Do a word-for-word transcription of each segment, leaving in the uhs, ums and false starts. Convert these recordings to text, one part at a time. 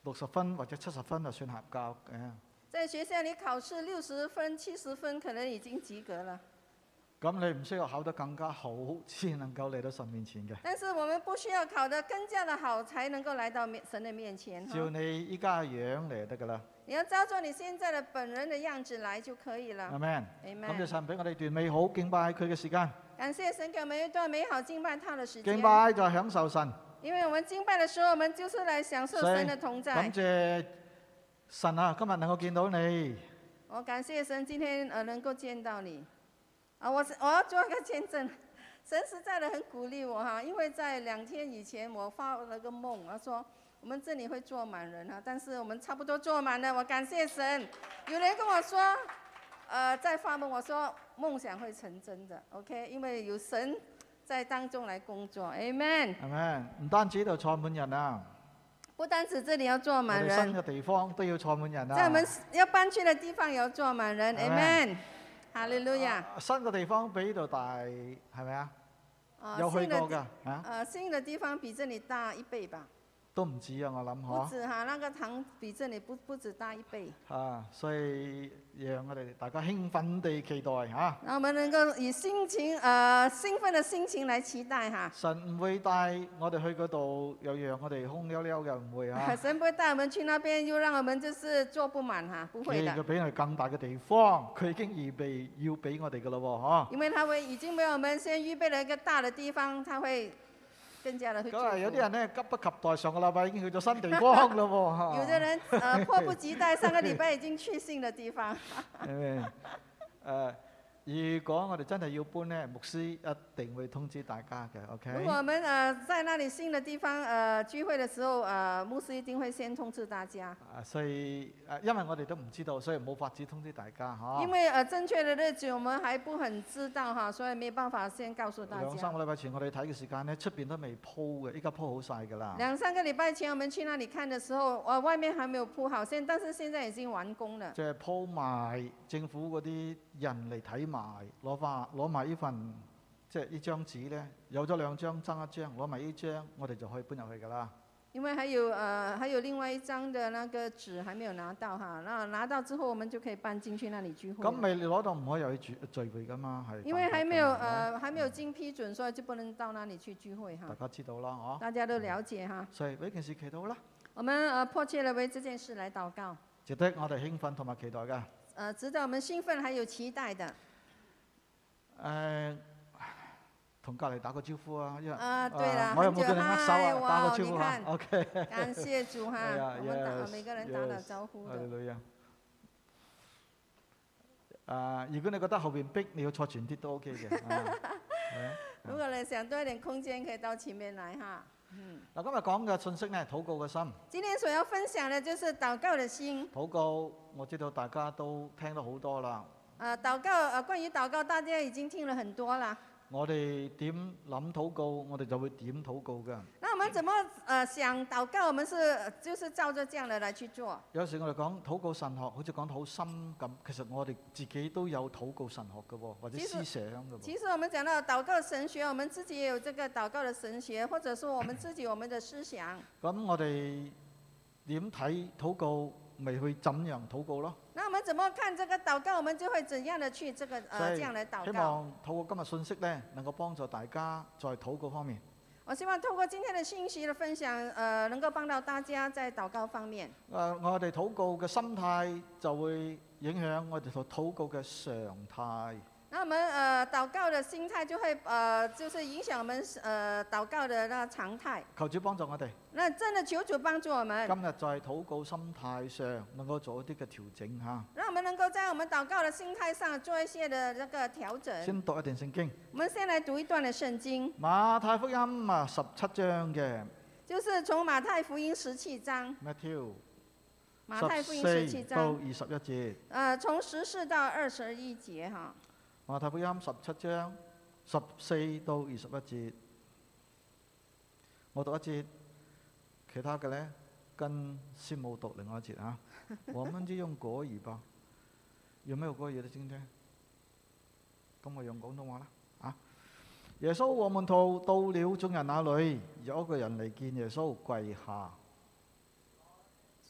六十分或者七十分就算合格嘅。 在学校里考试六十分、七十分，可能已經及格了。 咁你唔需要考得更加好，先能夠嚟到神面前嘅。 但是我們不需要考得更加的好，才能夠來到神的面前。 照你依家嘅樣嚟就得噶啦。 你要照做你現在的本人的樣子來就可以了。 Amen。 Amen。 感謝神俾我哋段美好敬拜佢嘅時間。 感謝神給我們一段美好敬拜他的時間。 敬拜就係享受神。 因為我們敬拜的時候，我們就是來享受神的同在。 感謝神啊，今日能夠見到你。 我感謝神今天呃能夠見到你。啊，我我要做一個見證，神實在的很鼓勵我哈，因為在兩天以前我發了個夢，我說我們這裡會坐滿人哈，但是我們差不多坐滿了，我感謝神。有人跟我說，呃，在發夢，我說夢想會成真的 ，OK， 因為有神在當中來工作 ，Amen。 Amen。唔單止度坐滿人啊， 不單止這裡要坐滿人， 新嘅地方都要坐滿人啊。 在我們要搬去的地方也要坐滿人 ，Amen。哈利路亞！ 新嘅地方比呢度大，係咪啊？ 呃、 有去過㗎嚇？ 呃，新嘅地方比這裡大一倍吧？ 都唔止啊，我諗不止哈，那個堂比這裡不不止大一倍。 啊，所以讓我哋大家興奮地期待嚇。 那我們能夠以心情，呃，興奮的心情來期待哈。 神唔會帶我哋去嗰度，又讓我哋空溜溜嘅，唔會嚇。 神不會帶我們去那邊，又讓我們就是坐不滿哈，不會的。 佢俾我哋更大嘅地方，佢已經預備要俾我哋㗎咯喎， 因為他會已經為我們先預備了一個大的地方，他會更加的去祝福。 咁啊，有啲人咧急不及待，上個禮拜已經去咗新地方咯喎。 有的人呃迫不及待，上個禮拜已經去新的地方。 誒誒。如果我哋真係要搬呢，牧師一定會通知大家嘅 ，OK？ 如果我們呃在那裡新的地方呃聚會的時候，呃牧師一定會先通知大家。 啊，所以誒，因為我哋都唔知道，所以冇法子通知大家嚇。 因為呃正確的日子我們還不很知道哈，所以沒辦法先告訴大家。 兩三個禮拜前我哋睇嘅時間呢，出邊都未鋪嘅，依家鋪好晒㗎啦。 兩三個禮拜前我們去那裡看的時候，呃外面還沒有鋪好，現但是現在已經完工了。 即係鋪埋政府嗰啲人嚟睇埋，攞翻攞埋呢份即係呢張紙咧，有咗兩張爭一張，攞埋呢張，我哋就可以搬入去㗎啦。 因為還有呃還有另外一張的那個紙還沒有拿到哈，那拿到之後我們就可以搬進去那裡聚會。 咁未攞到唔可以入去聚聚會㗎嘛，係。 因為還沒有呃還沒有經批准，所以就不能到那裡去聚會哈。 大家知道啦，嗬。 大家都了解哈。 所以為件事祈禱啦。 我們呃迫切地為這件事來禱告。 值得我哋興奮同埋期待㗎。 呃，值得我們興奮還有期待的。 誒，同隔離打個招呼啊！因為啊，對啦， 我有冇叫你握手啊？打個招呼啊！OK。 感謝主哈，我們打每個人打打招呼的。 女啊！啊，如果你覺得後邊逼，你要坐前啲都 OK 嘅。 如果你想多一點空間，可以到前面來哈。嗯。嗱， 今日講嘅信息呢，禱告嘅心。 今天所要分享嘅就是禱告嘅心。 禱告，我知道大家都聽得好多啦。 呃，禱告，呃，關於禱告，大家已經聽了很多啦。 我哋點諗禱告，我哋就會點禱告㗎。 那我們怎麼呃想禱告？我們是就是照着這樣的來去做。 有時我哋講禱告神學，好似講得好深咁，其實我哋自己都有禱告神學嘅喎，或者思想嘅喎。 其實我們講到禱告神學，我們自己也有這個禱告的神學，或者說我們自己我們的思想。 咁我哋點睇禱告？咪去怎樣禱告咯？ 那我們怎麼看這個禱告？我們就會怎樣的去這個呃這樣來禱告。 希望透過今日信息呢，能夠幫助大家在禱告方面。 我希望透過今天的信息的分享，呃，能夠幫到大家在禱告方面。 誒，我哋禱告嘅心態就會影響我哋禱告嘅常態。 那我們呃禱告的心態就會呃就是影響我們呃禱告的那個常態。 求主幫助我哋。 那真的求主幫助我們。 今日在禱告心態上能夠做一啲嘅調整嚇。 讓我們能夠在我們禱告的心態上做一些的這個調整。 先讀一段聖經。 我們先來讀一段的聖經。 馬太福音啊十七章嘅。 就是從馬太福音十七章。 Matthew。 馬太福音十七章。 到二十一節。 呃，從十四到二十一節哈。 馬太福音十七章十四到二十一節，我讀一節，其他嘅呢跟師母讀另外一節啊。我們就用國語吧，有沒有國語的今天？咁我用廣東話啦。啊，耶穌和門徒到了眾人那裏，有一個人嚟見耶穌，跪下。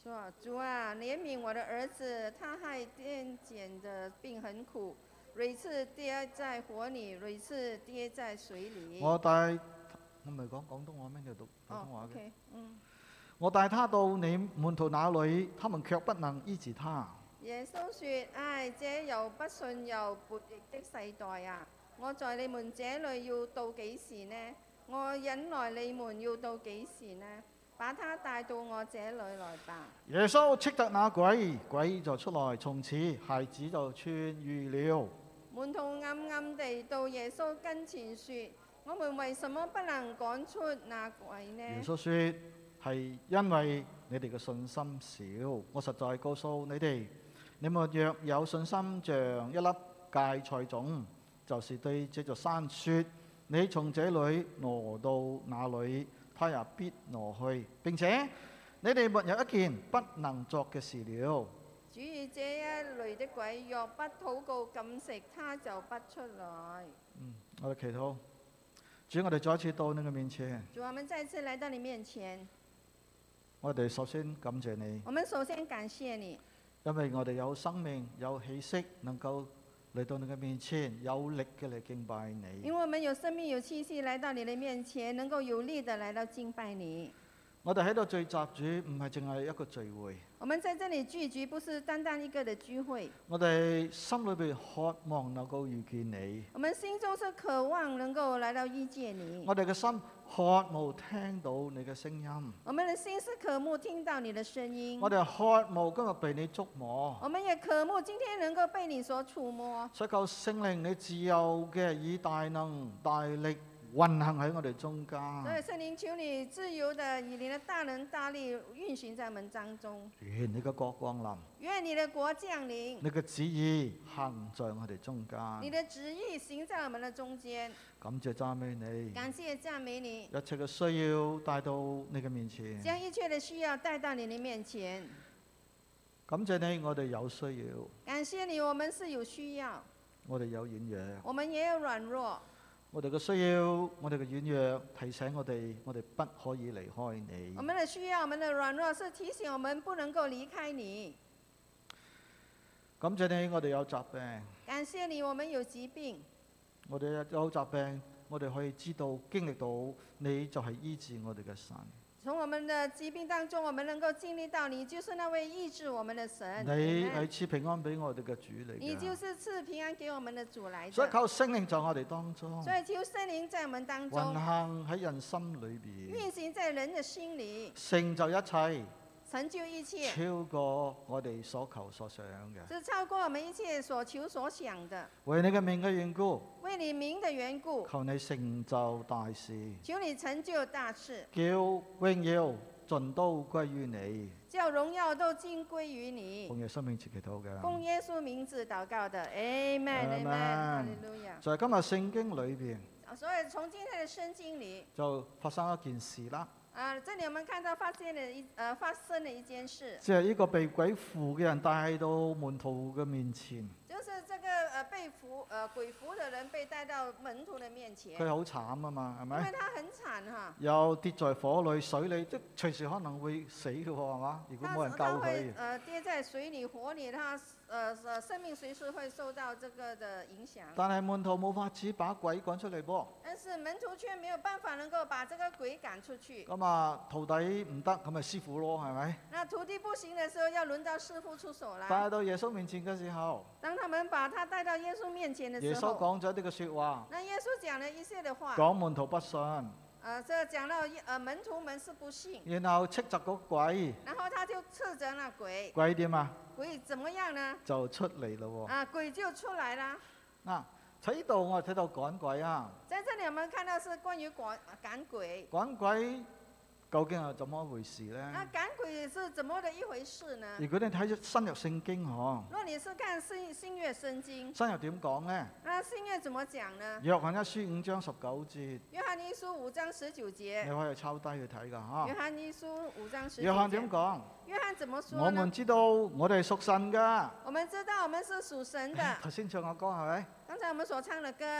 说主啊，怜悯我的儿子，他害癫痫的病很苦，屡次跌在火里，屡次跌在水里。 我帶我唔係講廣東話咩？你讀普通話嘅。 哦 okay, 嗯我帶他到你門徒那裏，他們卻不能醫治他。 耶穌說：唉，這又不信又悖逆的世代啊！我在你們這裏要到幾時呢？我忍耐你們要到幾時呢？把他帶到我這裏來吧。 耶穌斥責那鬼，鬼就出來，從此孩子就痊愈了。 門徒暗暗地到耶穌跟前說：我們為什麼不能趕出那鬼呢？ 耶穌說：係因為你哋嘅信心少。我實在告訴你哋，你們若有信心像一粒芥菜種，就是對這座山說：你從這裏挪到那裏，他也必挪去。並且你哋沒有一件不能作嘅事了。 主與這一類的鬼，若不禱告禁食，他就不出來。 嗯，我哋祈禱，主，我哋再一次到你嘅面前。 主，我們再次來到你面前。 我哋首先感謝你。 我們首先感謝你， 因為我哋有生命、有氣息，能夠嚟到你嘅面前，有力嘅嚟敬拜你。 因為我們有生命、有氣息，來到你的面前，能夠有力的來到敬拜你。 我哋喺度聚集，主唔係淨係一個聚會。 我們在這裡聚集，不是單單一個的聚會。 我哋心裏邊渴望能夠遇見你。 我們心中是渴望能夠來到遇見你。 我哋嘅心渴慕聽到你嘅聲音。 我們的心是渴慕聽到你的聲音。 我哋渴慕今日被你觸摸。 我們也渴慕今天能夠被你所觸摸。 所以求聖靈你自由嘅以大能大力運行喺我哋中間。 所以聖靈求你自由的以你的大能大力運行在我們當中。 願你嘅國降臨。 願你的國降臨。 你嘅旨意行在我哋中間。 你的旨意行在我們的中間。 感謝讚美你。 感謝讚美你。 一切嘅需要帶到你嘅面前。 將一切的需要帶到你的面前。 感謝你，我哋有需要。 感謝你，我們是有需要。 我哋有軟弱。 我們也有軟弱。 我哋嘅需要，我哋嘅軟弱提醒我哋，我哋不可以離開你。 我們的需要，我們的軟弱是提醒我們不能夠離開你。 感謝你，我哋有疾病。 感謝你，我們有疾病。 我哋有疾病，我哋可以知道經歷到你就係醫治我哋嘅神。 從我們的疾病當中，我們能夠經歷到你就是那位醫治我們的神。 你係賜平安俾我哋嘅主嚟。 你就是賜平安給我們的主來的。 所以求聖靈在我哋當中。 所以求聖靈在我們當中。 運行喺人心裏邊。 運行在人的心裏。 成就一切。 成就一切。 超過我哋所求所想嘅。 是超過我們一切所求所想的。 為你嘅名嘅緣故。 為你名的緣故。 求你成就大事。 求你成就大事。 叫榮耀盡都歸於你。 叫榮耀都盡歸於你。 奉耶穌名字祈禱嘅。 奉耶穌名字禱告的。Amen Amen。哈利路亞。 在今日聖經裏邊。 所以從今天的聖經裏。 就發生一件事啦。 啊，這裡我們看到發現了一，呃，發生了一件事。 即係呢個被鬼附嘅人帶到門徒嘅面前。 就是這個，呃，被附，呃，鬼附的人被帶到門徒的面前。 佢好慘啊嘛，係咪？ 因為他很慘哈。 又跌在火裏、水裏，即係隨時可能會死嘅喎，係嘛？如果冇人救佢。 他會，呃，跌在水裡、火裡，他，呃，呃，生命隨時會受到這個的影響。 但係門徒冇法子把鬼趕出嚟噃。 但是門徒卻沒有辦法能夠把這個鬼趕出去。 咁啊，徒弟唔得，咁咪師傅咯，係咪？ 那徒弟不行嘅時候，要輪到師傅出手啦。 帶到耶穌面前嘅時候， 當他們把他帶到耶穌面前嘅時候， 耶穌講咗呢個説話。 那耶穌講了一些的話。 講門徒不信。 呃，這講到呃門徒們是不信。 然後斥責個鬼。 然後他就斥責那鬼。 鬼點啊？ 鬼怎麼樣呢？ 就出嚟咯喎。 啊，鬼就出來啦。 嗱，喺呢度我哋睇到趕鬼啊。 在這裡我們看到是關於趕趕鬼。 趕鬼究竟係怎麼一回事呢？ 那趕鬼是怎麼的一回事呢？ 如果你睇新約聖經嗬， 如果你是看新新約聖經， 新約點講呢？ 那新約怎麼講呢？ 約翰一書五章十九節。 約翰一書五章十九節。 你可以抄低去睇噶嚇。 約翰一書五章十九節。 約翰點講？ 約翰怎麼說呢？ 我們知道我哋屬神噶。 我們知道我們是屬神的。 頭先唱嘅歌係咪？ 剛才我們所唱的歌。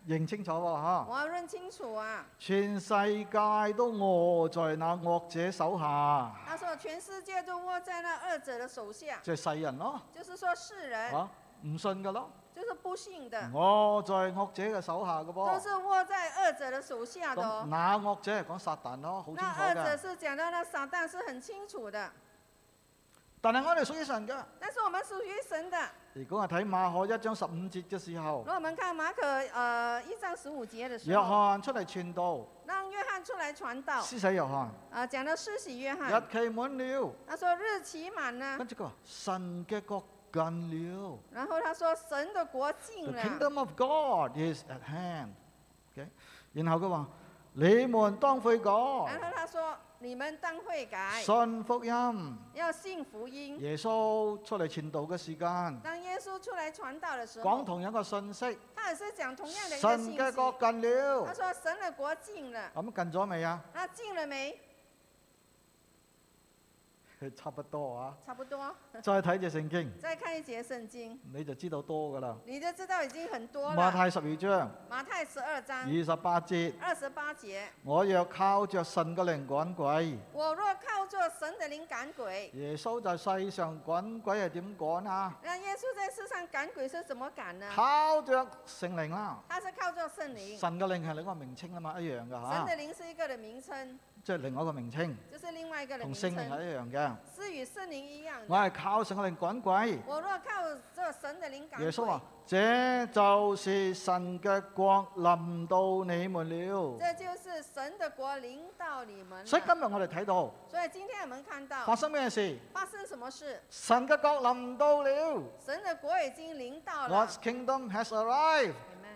認清楚喎嚇。 我要認清楚啊！ 全世界都臥在那惡者手下， 他說全世界都握在那惡者的手下， 即係世人咯， 就是說世人， 嚇唔信嘅咯， 就是不信的， 臥在惡者嘅手下嘅都噃。 是握在惡者的手下的咁哦。 那惡者係講撒旦咯，好清楚那惡者嘅。 是講到那撒旦是很清楚的， 但係我哋屬於神嘅。 但是我們屬於神的。 如果我睇馬可一章十五節嘅時候如，果我們看馬可呃一章十五節的時約候， 翰出嚟傳道， 讓約翰出來傳道， 施洗約翰， 啊，講到施洗約日翰， 期滿了， 他說日期滿了， 跟住佢話神嘅國近了然後他說神的國近 ，The 了， kingdom of God is at hand。OK，然後佢話你們當悔改， 然後他說你們當悔改， 信福音。 要信福音。 耶穌出嚟傳道嘅時間， 當耶穌出來傳道的時候， 講同樣嘅信息， 他也是講同樣的一個神信嘅國息。 近了他。說神的國近了， 咁近咗未啊？ 那近了沒？ 差不多啊。 差不多。 再睇隻聖經， 再看一節聖經， 你就知道多噶啦。 你就知道已經很多馬了。 太十二章馬太十二章二十八節， 二十八節， 我若靠着神嘅靈趕鬼， 我若靠着神的靈趕鬼。 耶穌在世上趕鬼係點趕啊？ 那耶穌在世上趕鬼是怎麼趕呢？ 靠着聖靈啦。 他是靠着聖靈。 神嘅靈係另一個名稱啊嘛，一樣噶嚇， 神的靈是一個的名稱， 即係另外一個名稱， 就是另外一個的同名稱， 聖靈係一樣嘅。 是與聖靈一樣我的。 係靠神嘅靈趕鬼。 我若靠着神的靈趕鬼耶穌話：，這就是神嘅國臨到你們了。 這就是神的國臨到你們了。 所以今日我哋睇到所以今天我們看到發生咩事？ 發生什麼事？ 神嘅國臨到了。 神的國已經臨到了。 God's kingdom has arrived。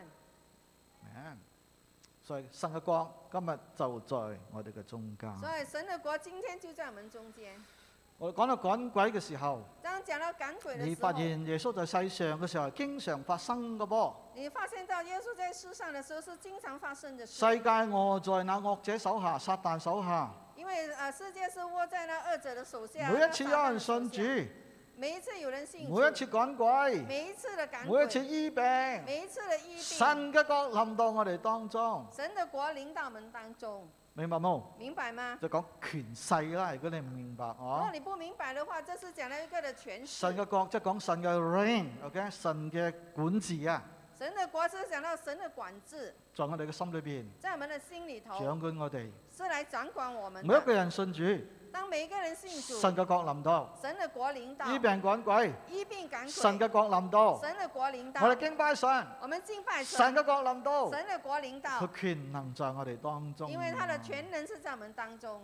Amen。 Amen。所以神嘅國今日就在我哋嘅中間。 所以神的國今天就在我們中間。 我哋講到趕鬼嘅時候， 當講到趕鬼的你時候， 發現耶穌在世上嘅時候係經常發生嘅噃。 你發現到耶穌在世上的時候是經常發生的事。 世界臥在那惡者手下、撒旦手下。 因為呃世界是握在那惡者的手下。 每一次有人信主， 每一次有人信主， 每一次趕鬼， 每一次的趕鬼， 每一次醫病， 每一次的醫病， 神嘅國臨到我哋當中， 神的國臨到我們當中， 明白冇？ 明白嗎？ 就講權勢啦，如果你唔明白如果哦。 你不明白的話，這是講到一個的權勢。 神嘅國即係講神嘅 reign，OK， 神嘅管治啊， 神的國是講到神的管治， 在我哋嘅心裏邊在我們的心裏頭掌管我哋。 是來掌管我們每一個的。 人信主， 當每一個人信主， 神嘅國臨到， 神的國臨到， 醫病趕鬼， 醫病趕鬼， 神嘅國臨到， 神的國臨到， 我哋敬拜神， 我們敬拜神神， 嘅國臨到， 神的國臨到， 佢權能在我哋當中。 因為他的權能是在我們當中。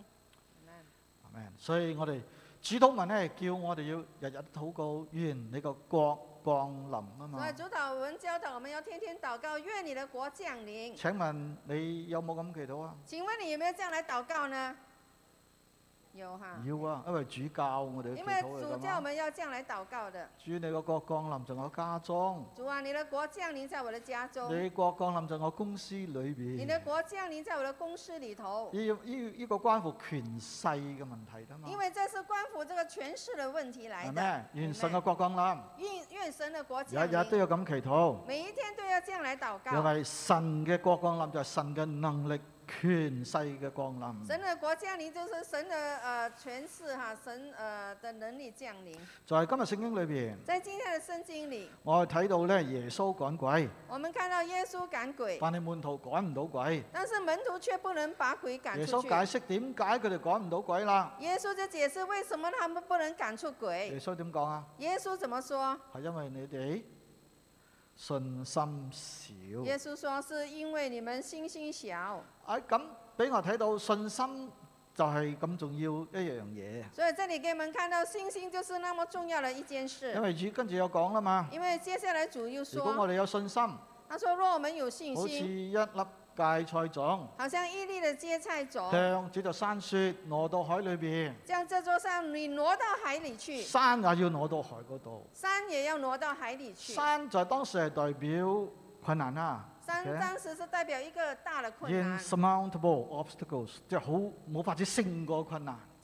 Amen。所以我哋主禱文咧叫我哋要日日禱告，願你個國降臨啊嘛所以。主禱文教導我們要天天禱告，願你的國降臨。 請問你有冇咁祈禱啊？ 請問你有沒有這樣來禱告呢？有哈。 要啊，因為主教我哋要祈因為禱主嚟㗎嘛。 教我們要這樣來禱告的。 主你個國降臨在我家中， 主啊，你的國降臨在我的家中， 你國降臨在我公司裏邊。 你的國降臨在我的公司裏頭。 呢呢呢個關乎權勢嘅問題㗎嘛。 因為這是關乎這個權勢的問題來的。 係咩？願神嘅 Amen 國降臨， 願願神的國日降臨， 日都要咁祈禱， 每一天都要這樣來禱因告。 為神嘅國降臨就係神嘅能力、權勢嘅降臨。 神的國降臨就是神的呃權勢哈，神呃的能力降臨。 在今日聖經裏邊， 在今天的聖經裏， 我哋睇到咧耶穌趕鬼， 我們看到耶穌趕鬼， 但係門徒趕唔到鬼。 但是門徒卻不能把鬼趕耶穌出去。 解釋點解佢哋趕唔到鬼啦？ 耶穌就解釋為什麼他們不能趕出耶鬼。 穌點講啊？ 耶穌怎麼說？ 係因為你哋信心少。 耶穌說是因為你們信心小。 啊，咁俾我睇到信心就係咁重要一樣嘢。 所以這裡給我們看到信心就是那麼重要的一件事。 因為主跟住有講啦嘛， 因為接下來主又說， 如果我哋有信心， 他說若我們有信好似心， 一粒芥菜種， 好像一粒的芥菜種， 向這座山説挪到海裏邊， 將這座山你挪到海裡去， 山也要挪到海嗰度。 山也要挪到海裡去。 山在當時係代表困難啦。 山 OK？ 當時是代表一個大的困難， insurmountable obstacles，即係好冇法子勝過困難。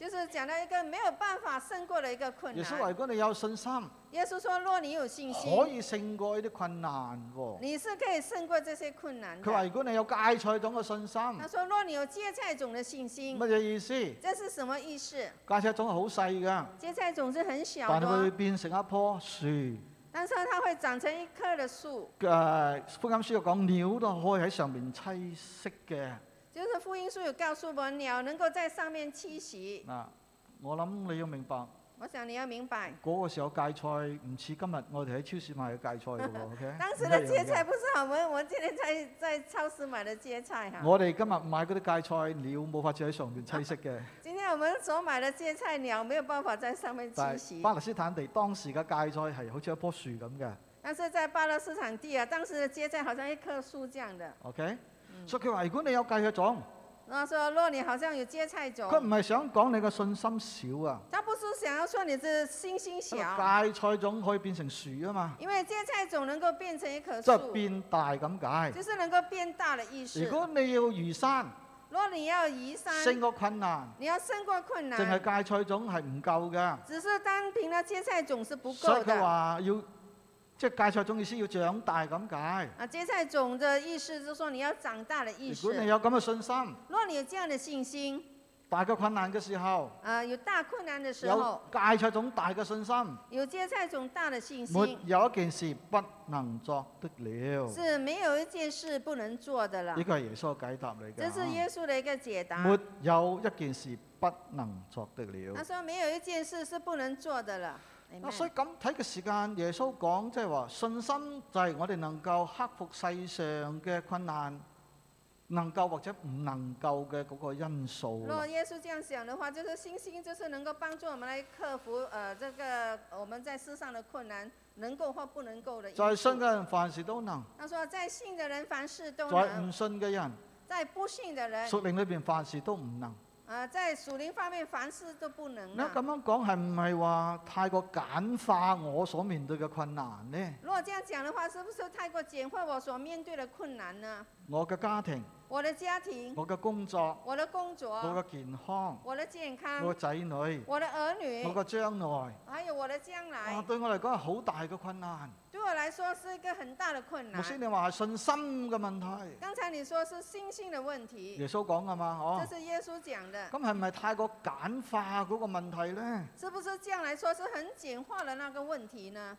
就是講到一個沒有辦法勝過的一個困耶穌話： 難。 如果你有信心， 耶穌說：若你有信可心， 以勝過呢啲困難喎。 你是可以勝過這些困難佢話： 的。 如果你有芥菜種嘅信心， 他說：若你有芥菜種的信心， 乜嘢意思？ 這是什麼意思？ 芥菜種係好細㗎， 芥菜種是很小但係佢會的， 變成一棵樹。 但是它會長成一棵的樹。 誒，福音書有講鳥都可以喺上面棲息嘅。 就是福音書有告訴我們，鳥能夠在上面棲息。 嗱，我諗你要明白。 我想你要明白， 嗰個時候芥菜唔似今日我哋喺超市買嘅芥菜嘅喎，OK？ 當時的芥菜不是我們我們今天在在超市買的芥菜哈。 我哋今日買嗰啲芥菜，鳥冇法子喺上面棲息嘅。 今天我們所買的芥菜，鳥沒有辦法在上面棲但息係。巴勒斯坦地當時嘅芥菜係好似一棵樹咁嘅但是在巴勒斯坦地啊，當時的芥菜好像一棵樹這樣的。 ，OK？、所以佢話：如果你有芥菜種， 然後說，若你好像有芥菜種， 佢唔係想講你嘅信心少啊。 他不是想要說你的信心小， 芥菜種可以變成樹啊嘛， 因為芥菜種能夠變成一棵即係樹， 變大咁解。 就是能夠變大的意思。 如果你要移山， 若你要移山， 勝過困難， 你要勝過困難， 淨係芥菜種係唔夠㗎。 只是單憑那芥菜種是不所以佢夠的。 話要，即係芥菜種意思要長大咁解。 啊，芥菜種的意思就是說你要長大的意如思。 果你有咁嘅信心， 若你有這樣的信心， 大嘅困難嘅時候， 啊，有大困難的時有候， 芥菜種大嘅信心， 有芥菜種大的信沒心， 有一件事不能作的了。 是沒有一件事不能做的了呢。個係耶穌嘅解答嚟這是耶穌的一個解答。 沒有一件事不能作的了他。說沒有一件事是不能做的了。 啊，所以咁睇嘅時間，耶穌講即係話信心就係我哋能夠克服世上嘅困難，能夠或者唔能夠嘅嗰個因素啦。 若耶穌這樣想的話，就是信心，就是能夠幫助我們來克服呃這個我們在世上的困難，能夠或不能夠的因素。 在信嘅人凡事都能， 他說，在信的人凡事都在能唔，信嘅人在不信的人， 屬靈裏邊凡事都唔能。 啊，在屬靈方面凡事都不能嗱，咁啊。 樣講係唔係話太過簡化我所面對嘅困難呢？ 如果這樣講的話，是不是太過簡化我所面對的困難呢？ 我嘅家庭、 我的家庭， 我嘅工作、 我的工我作， 嘅健康、 我的健康， 我嘅仔女、 我的兒女， 我嘅將來， 還有我的將哇！ 來， 對我嚟講係好大嘅困難。 對我來說是一個很大的困難。 牧師，你話係信心嘅問題， 剛才你說是信心的問題， 耶穌講㗎嘛，哦這。是耶穌講的， 咁係咪太過簡化嗰個問題呢？ 是不是這樣來說是很簡化的那個問題呢？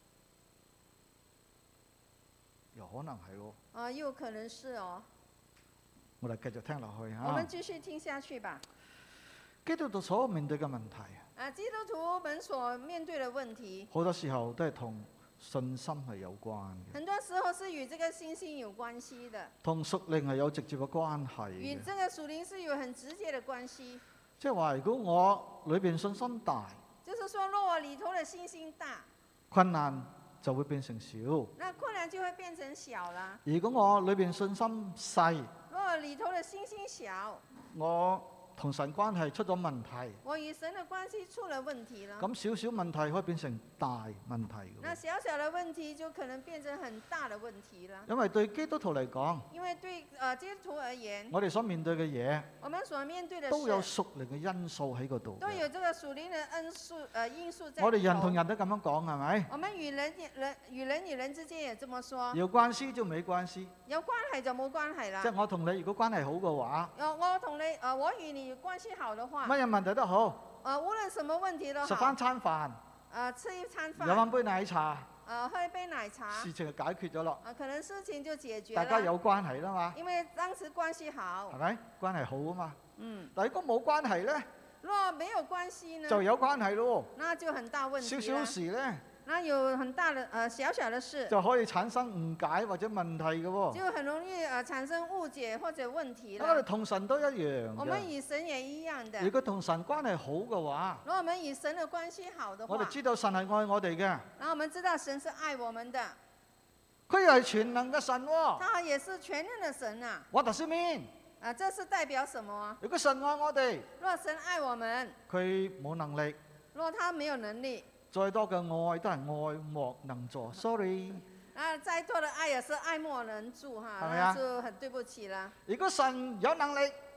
有可能係喎。 啊，有可能是哦。 我哋繼續聽落去我們嚇。 繼續聽下去吧。 基督徒所面對嘅問題， 啊，基督徒們所面對的問題， 好多時候都係同信心係有關嘅， 很多時候是與這個信心有關係的， 同屬靈係有直接嘅關係嘅。 與這個屬靈是有很直接的關係。 即係話，如果我裏邊信心大， 就是說，若我裏頭的信心大， 困難就會變成少； 那困難就會變成小了。 如果我裏邊信心細， 若我裏頭的信心小， 我同神關係出咗問題， 我與神的關係出了問題了。 咁少少問題可以變成大問題嘅喎。 那小小的問題就可能變成很大的問題了。 因為對基督徒嚟講， 因為對呃基督徒而言， 我哋所面對嘅嘢我們所面對的都有事屬靈嘅因素喺嗰度嘅。 都有這個屬靈的因素呃因素在裡頭。 我哋人同人都咁樣講，係咪？ 我們與人人與人與人之間也這麼說， 有關係就沒關係， 有關係就冇關係啦即。係我同你如果關係好嘅話， 有我同你呃我與你關係好的話， 乜嘢問題都好， 呃無論什麼問題都食好， 翻餐飯， 呃吃一餐飲飯， 翻杯奶茶， 呃喝一杯奶茶， 事情就解決咗咯。 啊可能事情就解決了， 大家有關係啦嘛， 因為當時關係好係，咪？關係好啊嘛。 嗯， 但係如果冇關係咧， 若沒有關係呢， 就有關係咯。 那就很大問題少啦少事咧那有很大的呃小小的事， 就可以產生誤解或者問題嘅喎。 就很容易呃產生誤解或者問題我哋了。 同神都一樣我們嘅。 與神也一樣的如，果同神關係好嘅話， 如果我們與神的關係好的話， 我哋知道神係愛我哋嘅， 然後我們知道神是愛我們的， 佢係全能嘅神喎。 他也是全能的神啊！ What does it mean？ 啊，這是代表什麼？ 如果神愛我哋， 若神愛我們， 佢冇能力， 若他沒有能力， 再多嘅愛都係愛莫能助。Sorry。 啊，再多的愛也是愛莫能助哈， 係咪啊那就很對不起了。 如果神有能力，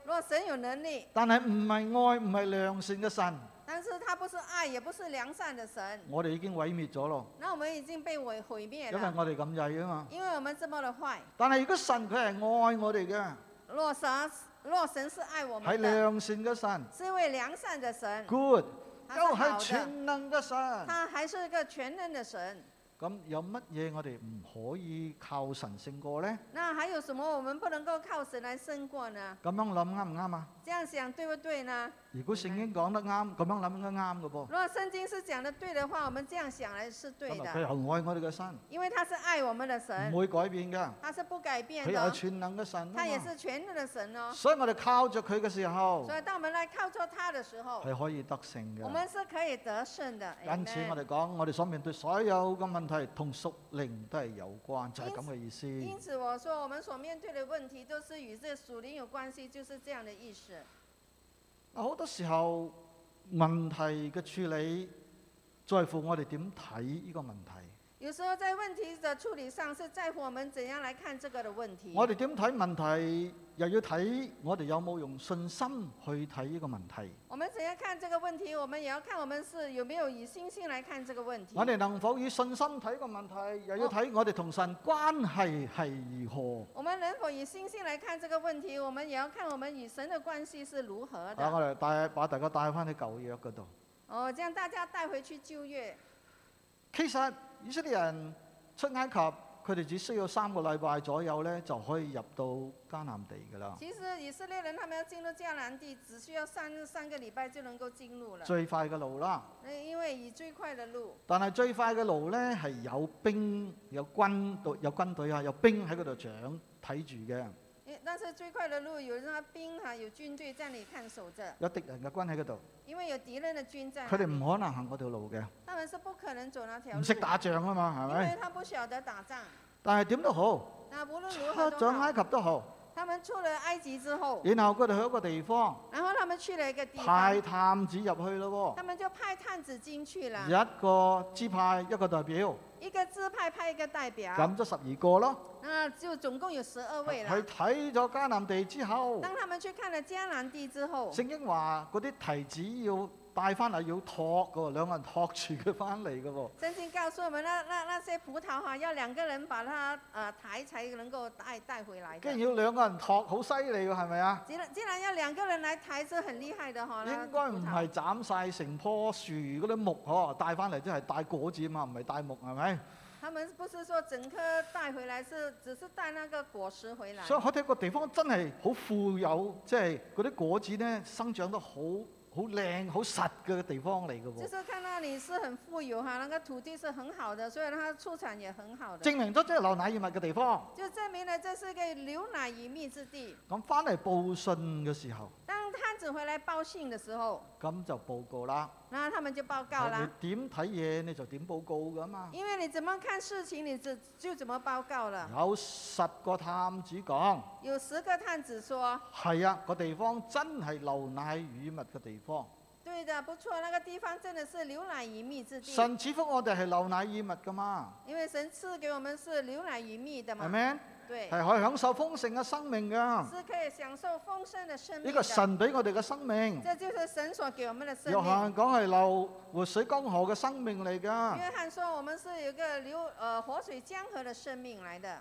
若神有能力， 但係唔係愛，唔係良善嘅神， 但是他不是愛，也不是良善的神， 我哋已經毀滅咗咯。 那我們已經被毀毀滅因為了， 我哋咁曳啊嘛。 因為我們這麼的壞。 但係如果神佢係愛我哋嘅， 若神若神是愛我係們的， 良善嘅神是一位良善的神， ，good，都他是好的， 係全能嘅神。 他還是一個全能的神。 咁有乜嘢我哋唔可以靠神勝過呢？ 那還有什麼我們不能夠靠神來勝過呢？ 咁樣諗啱唔啱啊？ 這樣想對不對呢？ 如果聖經講得啱，咁樣諗應該啱嘅噃。 如果聖經是講得對的話，我們這樣想來是對咁啊，佢的， 係愛我哋嘅神， 因為他是愛我們的神唔，會改變㗎。 他是不改變佢係的， 全能嘅神啊他也嘛。 是全能的神哦。 所以我哋靠着佢嘅時候所以當我們來靠着他的時候， 係可以得勝嘅。 我們是可以得勝的。 因此我 Amen 哋講，我哋所面對所有嘅問題同屬靈都係有關，就係咁嘅意思。 因此我說，我們所面對的問題都是與這屬靈有關係，就是這樣的意思。 好多時候問題嘅處理，在乎我哋點睇呢個問題。 有時候在問題的處理上，是在乎我們怎樣來看這個的問題。 我哋點睇問題，又要睇我哋有冇用信心去睇呢個問題。 我們怎樣看這個問題，我們也要看我們是有沒有以信心來看這個問題。 我哋能否以信心睇個問題，又要睇我哋同神關係係如何。 我們能否以信心來看這個問題，我們也要看我們與神的關係是如何的。 啊，我哋帶把大家帶翻去舊約嗰度。 哦，這樣大家帶回去舊約。 其實以色列人出埃及，佢哋只需要三個禮拜左右咧，就可以入到迦南地㗎啦。 其實以色列人他們要進入迦南地，只需要三三個禮拜就能夠進入了。 最快嘅路啦。 因為以最快的路。 但係最快嘅路咧，係有兵、有軍隊、有軍隊啊，有兵喺嗰度掌睇住嘅。 但是最快的路有那兵哈，有軍隊在那裡看守着。 有敵人嘅軍喺嗰度。 因為有敵人的軍在。 佢哋唔可能行嗰條路嘅。 他們是不可能走那條路。 唔識打仗啊嘛，係咪？ 因為他不曉得打仗。 但係點都好。 那無論如何都好。 出咗埃及都好。 他們出了埃及之後。 然後佢哋去一個地方。 然後他們去了一個地方。 派探子入去咯喎。 他們就派探子進去了。 一個支派一個代表。 一個支派派一個代表。 咁就十二個咯。 那就總共有十二位啦。 去睇咗迦南地之後。 當他們去看了迦南地之後。 聖經話嗰啲提子要帶翻嚟，要托嘅喎，兩個人托住佢翻嚟嘅喎。 聖經告訴我們，那那那些葡萄哈，要兩個人把它呃抬才能夠帶帶回來。 既然要兩個人托，好犀利喎，係咪啊？ 既然既然要兩個人來抬，是很厲害的哈。 應該唔係斬晒成棵樹嗰啲木嗬，帶翻嚟即係帶果子嘛，唔係帶木係咪？ 他們不是說整顆帶回來，是只是帶那個果實回來。 所以我睇個地方真係好富有，即係嗰啲果子咧生長得好好靚、好實嘅地方嚟嘅喎。 就是看到你是很富有哈，那個土地是很好的，所以它出產也很好的。 證明咗即係流奶與蜜嘅地方。 就證明了這是一個流奶與蜜之地。 咁翻嚟報信嘅時候， 當探子回來報信嘅時候， 咁就報告啦。 那他們就報告啦。 你點睇嘢你就點報告噶嘛。 因為你怎麼看事情，你就就怎麼報告了。 有十個探子講。 有十個探子說。 係啊，個地方真係流奶與蜜嘅地方。 對的，不錯，那個地方真的是流奶與蜜之地。 神賜福我哋係流奶與蜜噶嘛。 因為神賜給我們是流奶與蜜的嘛。 係咪？ 對。 係可以享受豐盛嘅生命噶。 是可以享受豐盛的生命的。 呢個神俾我哋嘅生命。 這就是神所給我們的生命。 約翰講係流活水江河嘅生命嚟噶。 約翰說我們是有個流呃活水江河的生命來的。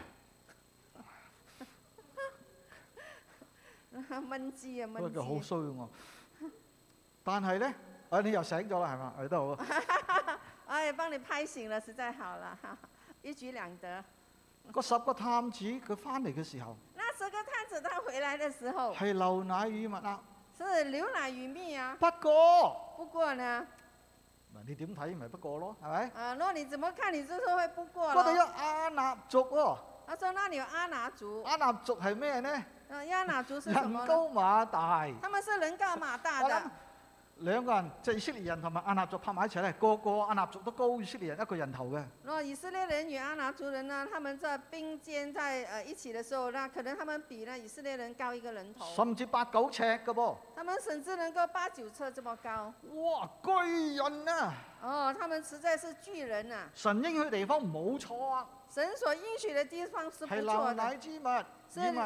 蚊子啊蚊子。 好衰喎。但係咧，啊你又醒咗啦，係嘛？誒都好。 哎，幫你拍醒了，實在好了，一舉兩得。 個十個探子佢翻嚟嘅時候， 那十個探子他回來嘅時候， 係流奶與蜜啊。 是流奶與蜜啊。 不過， 不過呢？ 嗱，你點睇咪不過咯，係咪？ 啊，若你怎麼看，你就是會不過咯。 我哋有亞納族喎。 他說：那裡有阿拿族。 亞納族係咩呢？ 啊，亞拿族是什麼？ 人高馬大。 他們是人高馬大的。 兩個人即係以色列人同埋亞納族拍埋一齊咧，個個亞納族都高以色列人一個人頭嘅。 若以色列人與亞拿族人呢，他們在並肩在呃一起的時候，那可能他們比呢以色列人高一個人頭。 甚至八九尺嘅噃。 他們甚至能夠八九尺這麼高。 哇！巨人啊！ 哦，他們實在是巨人啊！ 神應許地方冇錯啊。 神所應許的地方是不錯的。 係流奶之蜜，與蜜。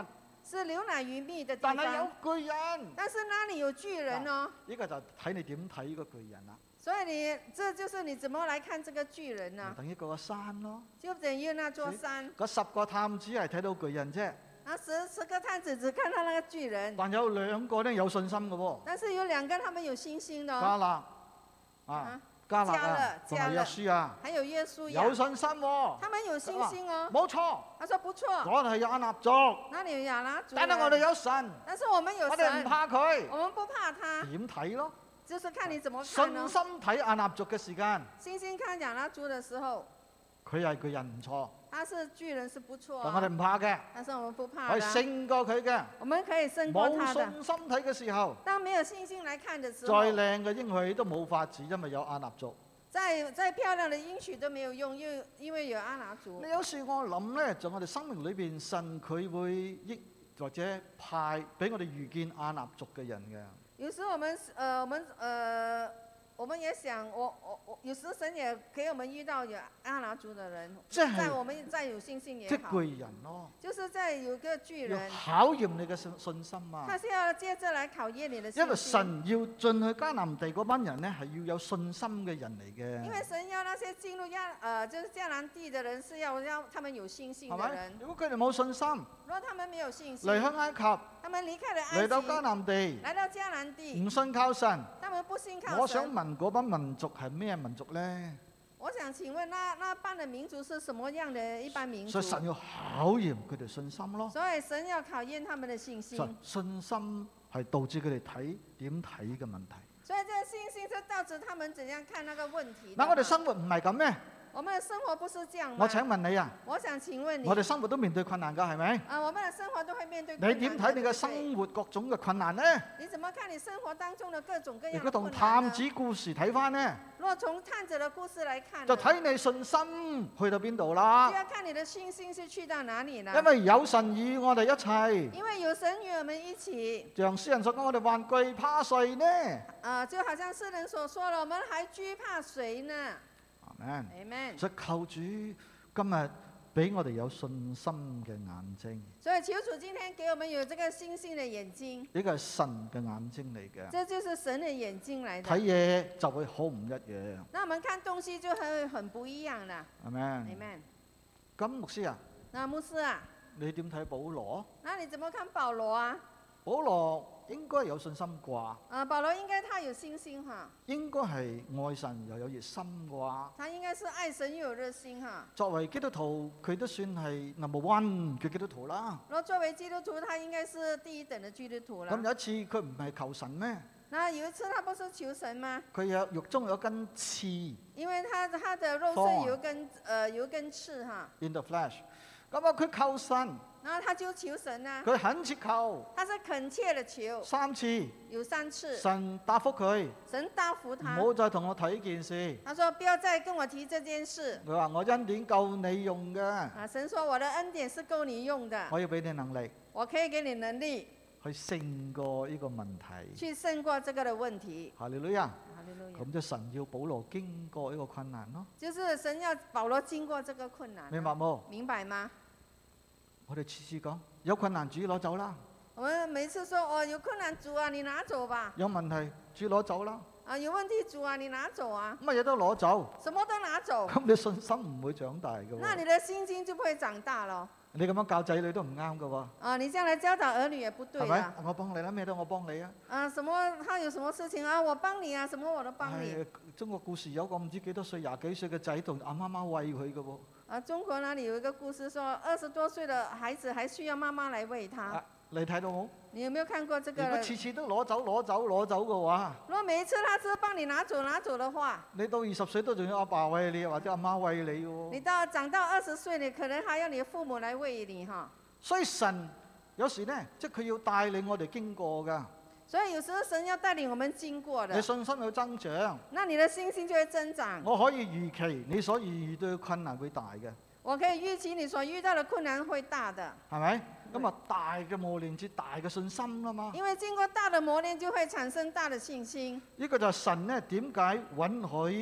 是流奶與蜜的地但係有方， 巨人。 但是那裡有巨人哦。 呢個就睇你點睇呢個巨人啦。 所以你這就是你怎麼來看這個巨人呢？ 等於嗰個山咯。 就等於那座山。 嗰十個探子係睇到巨人啫。 那十十個探子只看到那個巨人。 但有兩個呢有信心嘅喎。 但是有兩個他們有信心的。 迦勒啊，迦勒啊，同埋約書亞。 還有約書亞。 有信心喎。 他們有信心哦。 冇錯。 他說不錯。 我哋係亞納族。 那裡有亞納族。 但係我哋有神。 但是我們有神。 我哋唔怕佢。 我們不怕他。 點睇咯？ 就是看你怎麼看咯。 信心睇亞納族嘅時間。 信心看亞納族嘅時候。 佢係巨人唔錯。 他是巨人是不錯。 但我哋唔怕嘅。 但是我們不怕。 可以勝過佢嘅。 我們可以勝過他的。 冇信心睇嘅時候。 當沒有信心來看嘅時候。 再靚嘅應許都冇法子，因為有亞納族。 再再漂亮的應許都沒有用，因因為有亞納族。 你有時我諗咧，在我哋生命裏邊，神佢會益或者派俾我哋遇見亞納族嘅人嘅。 有時我們，呃，我們，呃，我們也想，我我我，有時神也給我們遇到有亞納族的人，在我們再有信心也好。 即巨人咯。 就是在有個巨人。 要考驗你嘅信信心啊。 他是要接着來考驗你的信心。 因為神要進去迦南地嗰班人呢，係要有信心嘅人嚟嘅。 因為神要那些進入亞，呃，就是迦南地的人，是要要他們有信心的人。 如果佢哋冇信心， 如果他們沒有信心， 離開埃及， 他們離開了埃及， 嚟到迦南地， 來到迦南地， 唔信靠神， 他們不信靠神。 我想問嗰班民族係咩民族呢？ 我想請問那，那那班的民族是什麼樣的一般民族？ 所以神要考驗佢哋信心咯。 所以神要考驗他們的信心。 信心係導致佢哋睇點睇嘅問題。 所以這個信心就導致他們怎樣看那個問題。 嗱，我哋生活唔係咁咩？ 我們的生活不是這樣嗎？ 我請問你啊， 我想請問你， 我哋生活都面對困難㗎，係咪？ 啊，我們的生活都會面對困難。 你點睇你嘅生活各種嘅困難呢？ 你怎麼看你生活當中的各種各樣的困難呢？ 如果同探子故事睇翻呢？ 如果從探子的故事來看， 就睇你信心去到邊度啦。 就要看你的信心是去到哪裡啦。 因為有神與我哋一齊。 因為有神與我們一起。 像詩人所講，我哋還懼怕誰呢？ 啊，就好像詩人所說了，我們還懼怕誰呢？ Amen. Amen. 所以求主今日俾我哋有信心嘅眼睛。 所以求主今天給我們有這個信心的眼睛。 呢個係神嘅眼睛嚟嘅。 這就是神的眼睛嚟的。 睇嘢就會好唔一樣。 那我們看東西就會很不一樣啦。 Amen. Amen. 咁牧師啊？ 那牧師啊？ 你點睇保羅？ 那你怎麼看保羅啊？ 保羅應該有信心啩？ 啊，保羅應該他有信心哈。 應該係愛神又有熱心啩？ 他應該是愛神又有熱心哈。 作為基督徒，佢都算係 number one 嘅基督徒啦。 那作為基督徒，他應該是第一等的基督徒啦。 咁有一次佢唔係求神咩？ 那有一次他不是求神嗎？ 佢有肉中有根刺。 因為他他的肉身有根，呃有根刺哈。 In the flesh。咁啊，佢求神。 然後他就求神啊。 佢懇切求。 他是懇切的求。 三次。 有三次。 神答覆佢。 神答覆他。 唔好再同我提呢件事。 他說：不要再跟我提這件事。 佢話：我恩典夠你用嘅。 啊，神說：我的恩典是夠你用的。 我要俾你能力。 我可以給你能力。 去勝過呢個問題。 去勝過這個的問題。 哈利路亞。 哈利路亞。 咁就神要保羅經過呢個困難咯。 就是神要保羅經過這個困難。 明白冇？ 明白嗎？ 我哋次次講有困難主攞走啦。 我們每次說哦，有困難主啊，你拿走吧。 有問題主攞走啦。 啊，有問題主啊，你拿走啊。 乜嘢都攞走。 什麼都拿走。 咁你信心唔會長大嘅喎。 那你的心經就不會長大咯。 你咁樣教仔女都唔啱嘅喎。 啊，你這樣來教導兒女也不對啦。 係咪？我幫你啦，咩都我幫你啊。 啊，什麼？他有什麼事情啊？我幫你啊，什麼我都幫你。 中國故事有個唔知幾多歲、廿幾歲嘅仔同阿媽媽餵佢嘅喎。 啊，中國那裡有一個故事說，說二十多歲的孩子還需要媽媽來餵他。 啊，你睇到冇？ 你有沒有看過這個？ 如果次次都攞走、攞走、攞走嘅話， 如果每一次他只幫你拿走、拿走的話， 你到二十歲都仲要阿爸餵你，或者阿媽餵你喎。 你到長到二十歲，你可能還要你的父母來餵你哈。 所以神有時呢，即係佢要帶領我哋經過㗎。 所以有時候神要帶領我們經過的。 你信心有增長， 那你的信心就會增長。 我可以預期你所遇到嘅困難會大嘅。 我可以預期你所遇到的困難會大的。 係咪？咁啊，大嘅磨練至大嘅信心啦嘛。 因為經過大的磨練，就會產生大的信心。 呢個就係神呢點解允許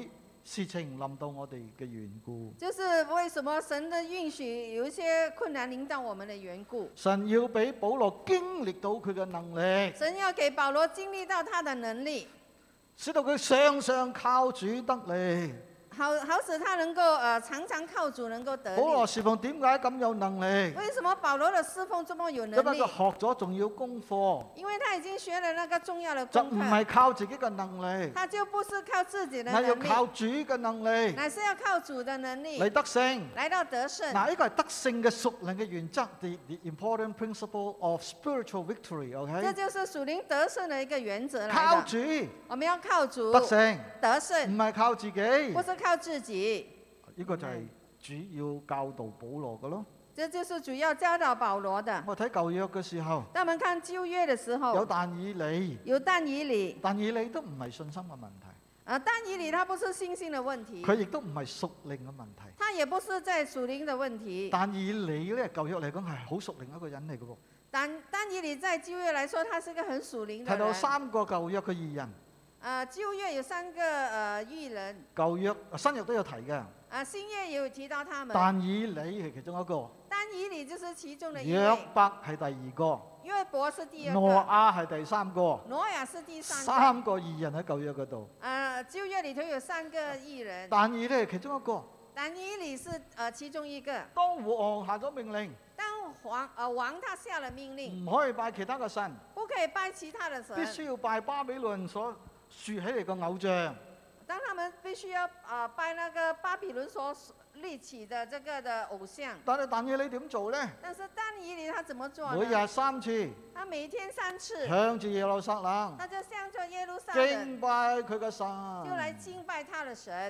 事情臨到我哋嘅緣故。 就是為什麼神的允許有一些困難臨到我們的緣故。 神要俾保羅經歷到佢嘅能力， 神要給保羅經歷到他的能力， 使到佢常常靠主得力。 好好使他能夠呃常常靠主能夠得力。 保羅侍奉點解咁有能力？ 為什麼保羅的侍奉這麼有因能力？ 為佢學咗重要功課， 因為他已經學了那個重要的就功課， 唔係靠自己嘅能力， 他就不是靠自己的係要能力， 靠主嘅能力乃是要靠主的能力嚟得勝。 來到得勝。 嗱，呢個係得勝嘅屬靈嘅原則，the the important principle of spiritual victory。OK， 這就是屬靈得勝的一個原則來靠的。 主我們要靠主得勝， 得勝， 唔係靠自己。 不是靠自己。 呢個就係主要教導保羅嘅咯。 這就是主要教導保羅的。 我睇舊約嘅時候， 當我們看舊約的時候， 有但以理， 有但以理， 但以理都唔係信心嘅問題， 啊，但以理他不是信心的問題， 佢亦都唔係屬靈嘅問題。 他也不是在屬靈的問題。 但以理咧，舊約嚟講係好屬靈一個人嚟嘅喎。 但但以理在舊約來說，他是一個很屬靈的睇到人。 三個舊約嘅義人， 啊，舊約有三個呃義人， 舊約新約都有提嘅。 啊，新約也有提到他們。 但以理係其中一個， 但以理就是其中的一約位。 伯係第二個， 約伯是第二挪個， 亞係第三個， 挪亞是第三個。 三個義人喺舊約嗰度。 啊，舊約裏頭有三個義人， 但以理係其中一個。 但以理是呃其中一個。 當王下咗命令， 當皇呃王他下了命令， 唔可以拜其他嘅神， 不可以拜其他的神， 必須要拜巴比倫所豎起嚟嘅偶像。 當他們必須要呃拜那個巴比倫所立起的這個的偶像。 但係但以理點做呢？ 但是但以理他怎麼做呢？ 每日三次他每天三次， 向住耶路撒冷他就向着耶路撒冷敬拜佢嘅神。 就來敬拜他的神。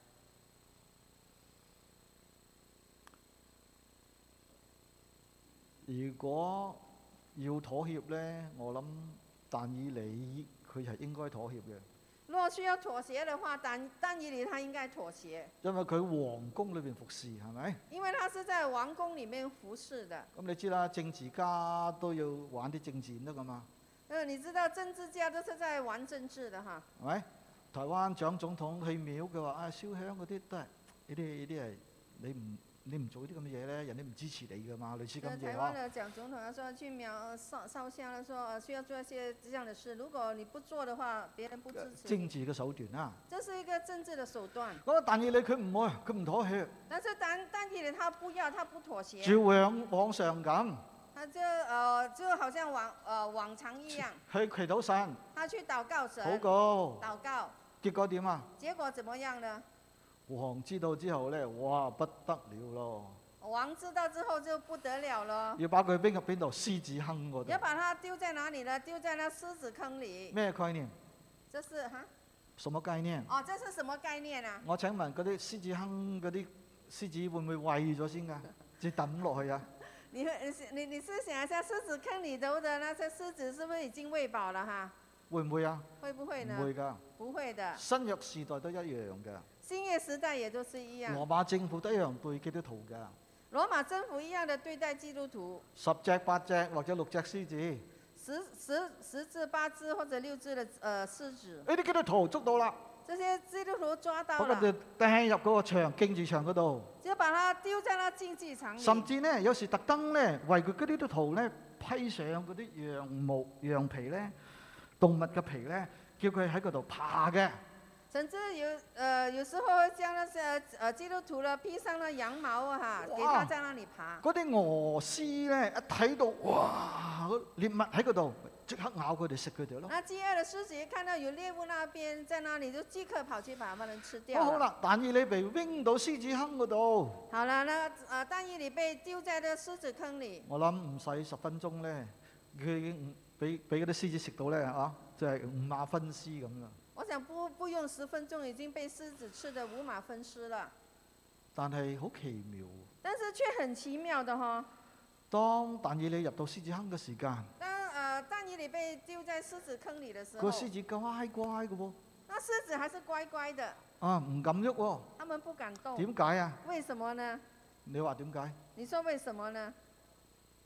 如果要妥協呢，我諗但以理佢係應該妥協嘅， 如果需要妥協的話，但但以理他應該妥協， 因為佢皇宮裏邊服侍，係咪？ 因為他是在王宮裡面服侍的。 咁你知啦，政治家都要玩啲政治得噶嘛， 呃，你知道政治家都是在玩政治的哈。 係咪？台灣蔣總統去廟嘅話，啊燒香嗰啲都係呢啲呢啲係你唔你唔做啲咁嘅嘢咧，人哋唔支持你噶嘛，類似咁呃， 嘢台灣嗬。 的蔣總統他說去廟呃燒燒香，他說呃需要做一些這樣的事，如果你不做的話，別人不支持你。 政治嘅手段啦。 這是一個政治的手段。 咁啊，但以理佢唔會，佢唔妥協， 但是但但以理他不要，他不妥協， 照往往上咁他就呃就好像往呃往常一樣， 去祈禱神、 他去禱告神， 禱告， 禱告， 結果點啊？ 結果怎麼樣呢？ 王知道之後咧，哇不得了咯！ 王知道之後就不得了了， 要把佢拎入邊度？獅子坑嗰度。 要把它丟在哪裡呢？丟在那獅子坑裡。 咩概念？ 這是哈？ 什麼概念？ 哦，這是什麼概念啊？ 我請問嗰啲獅子坑嗰啲獅子會唔會餵咗先㗎？直抌落去啊？ 你你你是想一下獅子坑裡頭的那些獅子是不是已經餵飽了哈？ 會唔會啊？ 會不會呢？ 唔會㗎。 不會的。 新約時代都一樣㗎。 新約時代也都是一樣。 羅馬政府都一樣對基督徒㗎。 羅馬政府一樣的對待基督徒。 十隻八隻或者六隻獅子。 十十十隻八隻或者六隻的呃獅子。 呢啲基督徒捉到啦。 這些基督徒抓到把佢了。 哋掟入嗰個場競技場嗰度。 就把它丟在那競技場裡。 甚至呢，有時特登呢，為佢嗰啲基督徒呢披上嗰啲羊毛、羊皮呢，動物嘅皮呢，叫佢喺嗰度爬嘅。 甚至有呃有時候會將那些呃基督徒呢披上了羊毛啊哈，給他在那裡爬。 嗰啲鵝獅呢，一睇到哇，獵物喺嗰度，即刻咬佢哋食佢哋咯。 那飢餓的獅子一看到有獵物那邊在那裡，就即刻跑去把它們吃掉。 哦、好啦，但以理被扔到獅子坑嗰度。 好了，那呃但以理被丟在這獅子坑裡。 我諗唔使十分鐘咧，佢已經俾俾嗰啲獅子食到咧啊，就係、是、五馬分屍咁噶。 我想不不用十分鐘，已經被獅子吃得五馬分屍了。 但係好奇妙。 但是卻很奇妙的哈。 當但以理入到獅子坑嘅時間， 當呃但以理被丟在獅子坑裡的時候， 個獅子乖乖嘅喎。 那獅子還是乖乖的。 啊，唔敢喐喎。 他們不敢動。 點解啊？ 為什麼呢？ 你話點解？ 你說為什麼呢？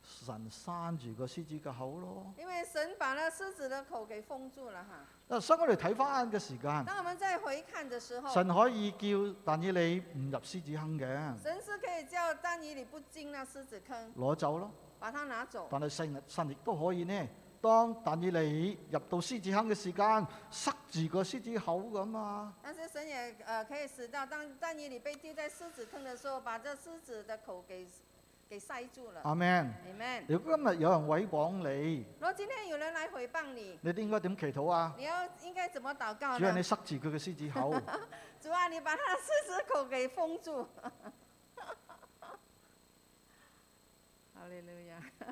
神閂住個獅子嘅口咯。 因為神把那獅子的口給封住了哈。 啊，所以我哋睇翻嘅時間， 當我們再回看的時候， 神可以叫但以理唔入獅子坑嘅， 神是可以叫但以理不進那獅子坑， 攞走咯。 把它拿走。 但係神神亦都可以呢，當但以理入到獅子坑嘅時間，塞住個獅子口咁啊。 但是神也呃可以使到當但以理被丟在獅子坑的時候，把這獅子的口給給塞住了。 阿們。 Amen。 如果今日有人毀謗你， 如果今天有人來毀謗你， 你哋應該點祈禱啊？ 你要應該怎麼禱告主啊，你呢？ 塞住佢嘅獅子口。 主啊，你把他的獅子口給封住。哈利路亞。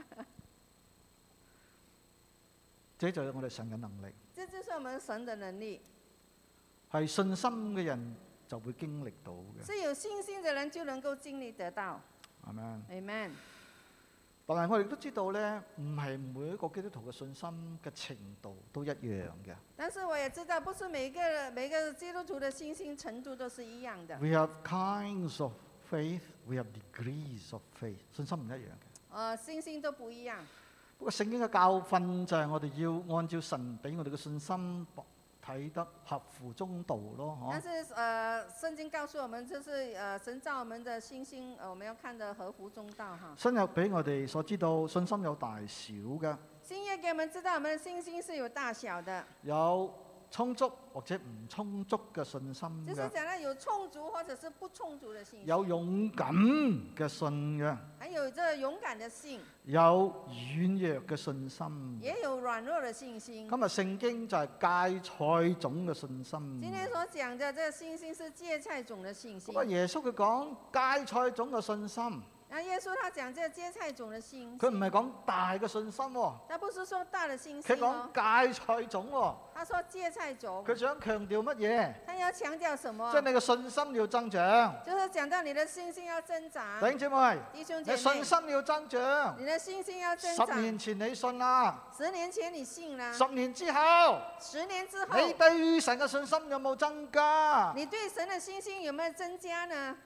這就係我哋神嘅能力， 這就是我們神的能力。 係信心嘅人就會經歷到嘅。 是有信心的人就能夠經歷得到。 阿們。 Amen。 但係我哋都知道咧，唔係每一個基督徒嘅信心嘅程度都一樣嘅。 但是我也知道，不是每個每個基督徒的信心程度都是一樣的。 We have kinds of faith, we have degrees of faith。信心唔一樣嘅。 呃，信心都不一樣。 不過聖經嘅教訓就係我哋要按照神俾我哋嘅信心睇得合乎中道咯， 但是呃，聖經告訴我們，就是呃，神造我們的信心，呃，我們要看得合乎中道哈。 新約俾我哋所知道，信心有大小嘅。 新約給我們知道，我們的信心是有大小的。 有充足或者唔充足嘅信心就是嘅。 講到有充足或者是不充足的信心。 有勇敢嘅信嘅。 還有這個勇敢的信。 有軟弱嘅信心。 也有軟弱的信心。 今日聖經就係芥菜種嘅信心。 今天所講的這個信心是芥菜種的信心。 咁啊，耶穌佢講芥菜種嘅信心。 那耶穌他講這芥菜種的信心。 佢唔係講大嘅信心喎。 他不是說大的信心。 佢講芥菜種喎。 他說芥菜種。 佢想強調乜嘢？ 他要強調什麼？ 即係你嘅信心要增長。 就是講到你的信心要增長。 弟兄姐妹， 弟兄姐妹， 你信心要增長。 你的信心要增長。 十年前你信啦。 十年前你信啦。 十年之後。 十年之後。 你對神嘅信心有冇增加？ 你對神嘅信心有沒有增加呢？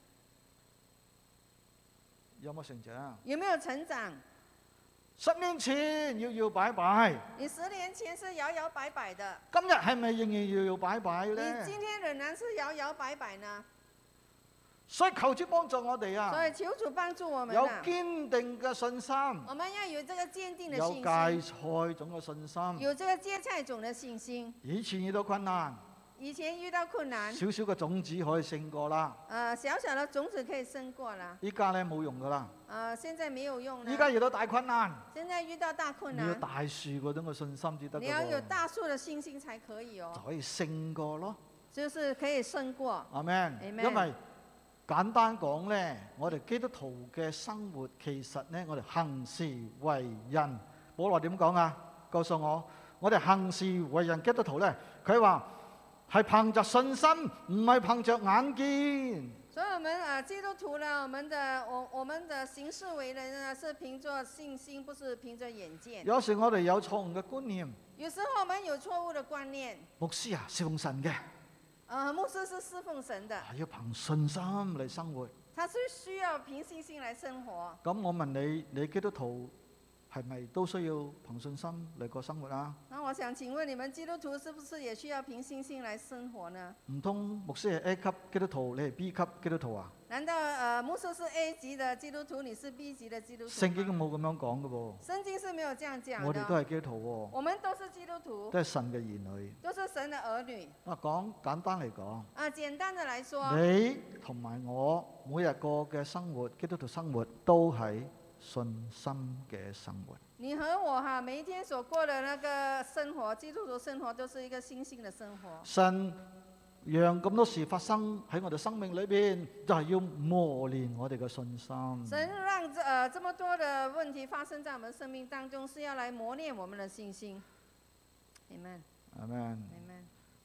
有冇成長？ 有沒有成長？ 十年前搖搖擺擺， 你十年前是搖搖擺擺的， 今日係咪仍然搖搖擺擺咧？ 你今天仍然是搖搖擺擺呢？ 所以求主幫助我哋啊！ 所以求主幫助我們有堅定嘅信心。 我們要有這個堅定的信心。 有芥菜種嘅信心。 有這個芥菜種的信心。 以前遇到困難。 以前遇到困難， 少少嘅種子可以勝過啦。 呃，小小的種子可以勝過啦。 依家咧冇用噶啦。 呃，現在沒有用啦。 依家遇到大困難。 現在遇到大困難。 你要大樹嗰種嘅信心至得。 你要有大樹嘅信心才可以哦。 就可以勝過咯。 就是可以勝過。 阿們。因為簡單講咧，我哋基督徒嘅生活其實咧，我哋行事為人，保羅點講啊？告訴我，我哋行事為人基督徒咧，佢話。係憑着信心，唔係憑着眼見。 所以，我們啊基督徒呢，我們的我我們的行事為人呢，是憑着信心，不是憑着眼見。 有時我哋有錯誤嘅觀念。 有時候我們有錯誤的觀念。 牧師啊，侍奉神嘅。 啊，牧師是侍奉神的。 係要憑信心嚟生活。 他是需要憑信心來生活。 咁我問你，你基督徒係咪都需要憑信心嚟過生活啊？ 那我想請問你們基督徒是不是也需要憑信心來生活呢？ 唔通牧師係 A 級基督徒，你係 B 級基督徒啊？ 難道呃牧師是 A 級的基督徒，你是 B 級的基督徒？ 聖經冇咁樣講嘅噃。 聖經是沒有這樣講的。 我哋都係基督徒喎。 我們都是基督徒。 都係神嘅兒女。 都是神的兒女。 啊，講簡單嚟講。 啊，簡單的來說。 你同埋我每日過嘅生活，基督徒生活都係信心嘅生活。 你和我哈，每一天所過的那個生活，基督徒生活都是一個新興的生活。 神讓咁多事發生喺我哋生命裏邊，就係要磨練我哋嘅信心。 神讓這呃這麼多的問題發生在我們生命當中，是要來磨練我們的信心。Amen。 Amen。 Amen。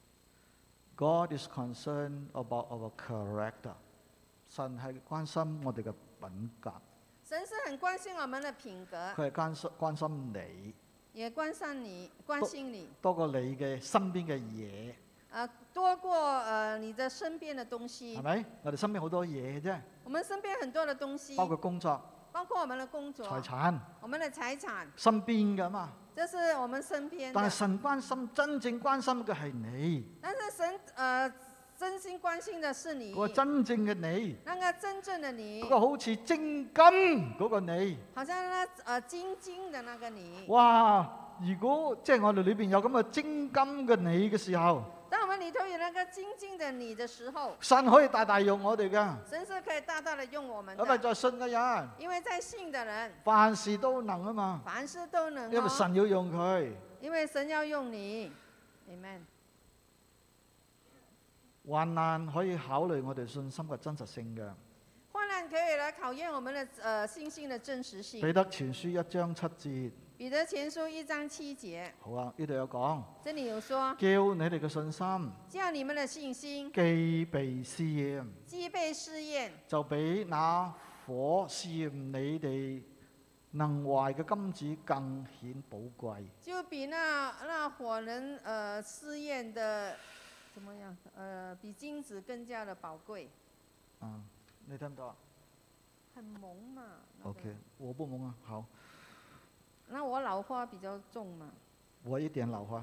God is concerned about our character。神係關心我哋嘅品格。 神是很關心我們的品格， 佢係關心關心你， 也關心你，關心你多過你嘅身邊嘅嘢， 啊，多過呃你的身邊的東西， 係咪？我哋身邊好多嘢啫， 我們身邊很多的東西， 包括工作， 包括我們的工作、 財產、 我們的財產， 身邊嘅嘛。 這是我們身邊的。 但係神關心真正關心嘅係你。 但是神呃真心關心的是你。 嗰個真正嘅你。 那個真正的你。 嗰個好似精金嗰個你。 好像那呃精金的那個你。 哇！如果即係我哋裏邊有咁嘅精金嘅你嘅時候， 當我們裏頭有那個精金的你的時候， 神可以大大用我哋噶。 神是可以大大的用我們的。 因為在信嘅人， 因為在信的人， 凡事都能啊嘛。 凡事都能、哦。 因為神要用佢。 因為神要用你 ，Amen。 患難可以考慮我哋信心嘅真實性嘅。 患難可以來考驗我們的呃信心的真實性。 彼得前書一章七節。 彼得前書一章七節。 好啊，呢度有講。 這裡有說。 叫你哋嘅信心。 叫你們的信心。 既被試驗。 既被試驗。就比那火試驗你哋能壞嘅金子更顯寶貴。 就比那那火能呃試驗的，怎麼樣？呃，比金子更加的寶貴。 啊，你聽唔到啊？ 很蒙嘛。那個、 OK， 我不蒙啊，好。 那我老花比較重嘛。 我一點老花。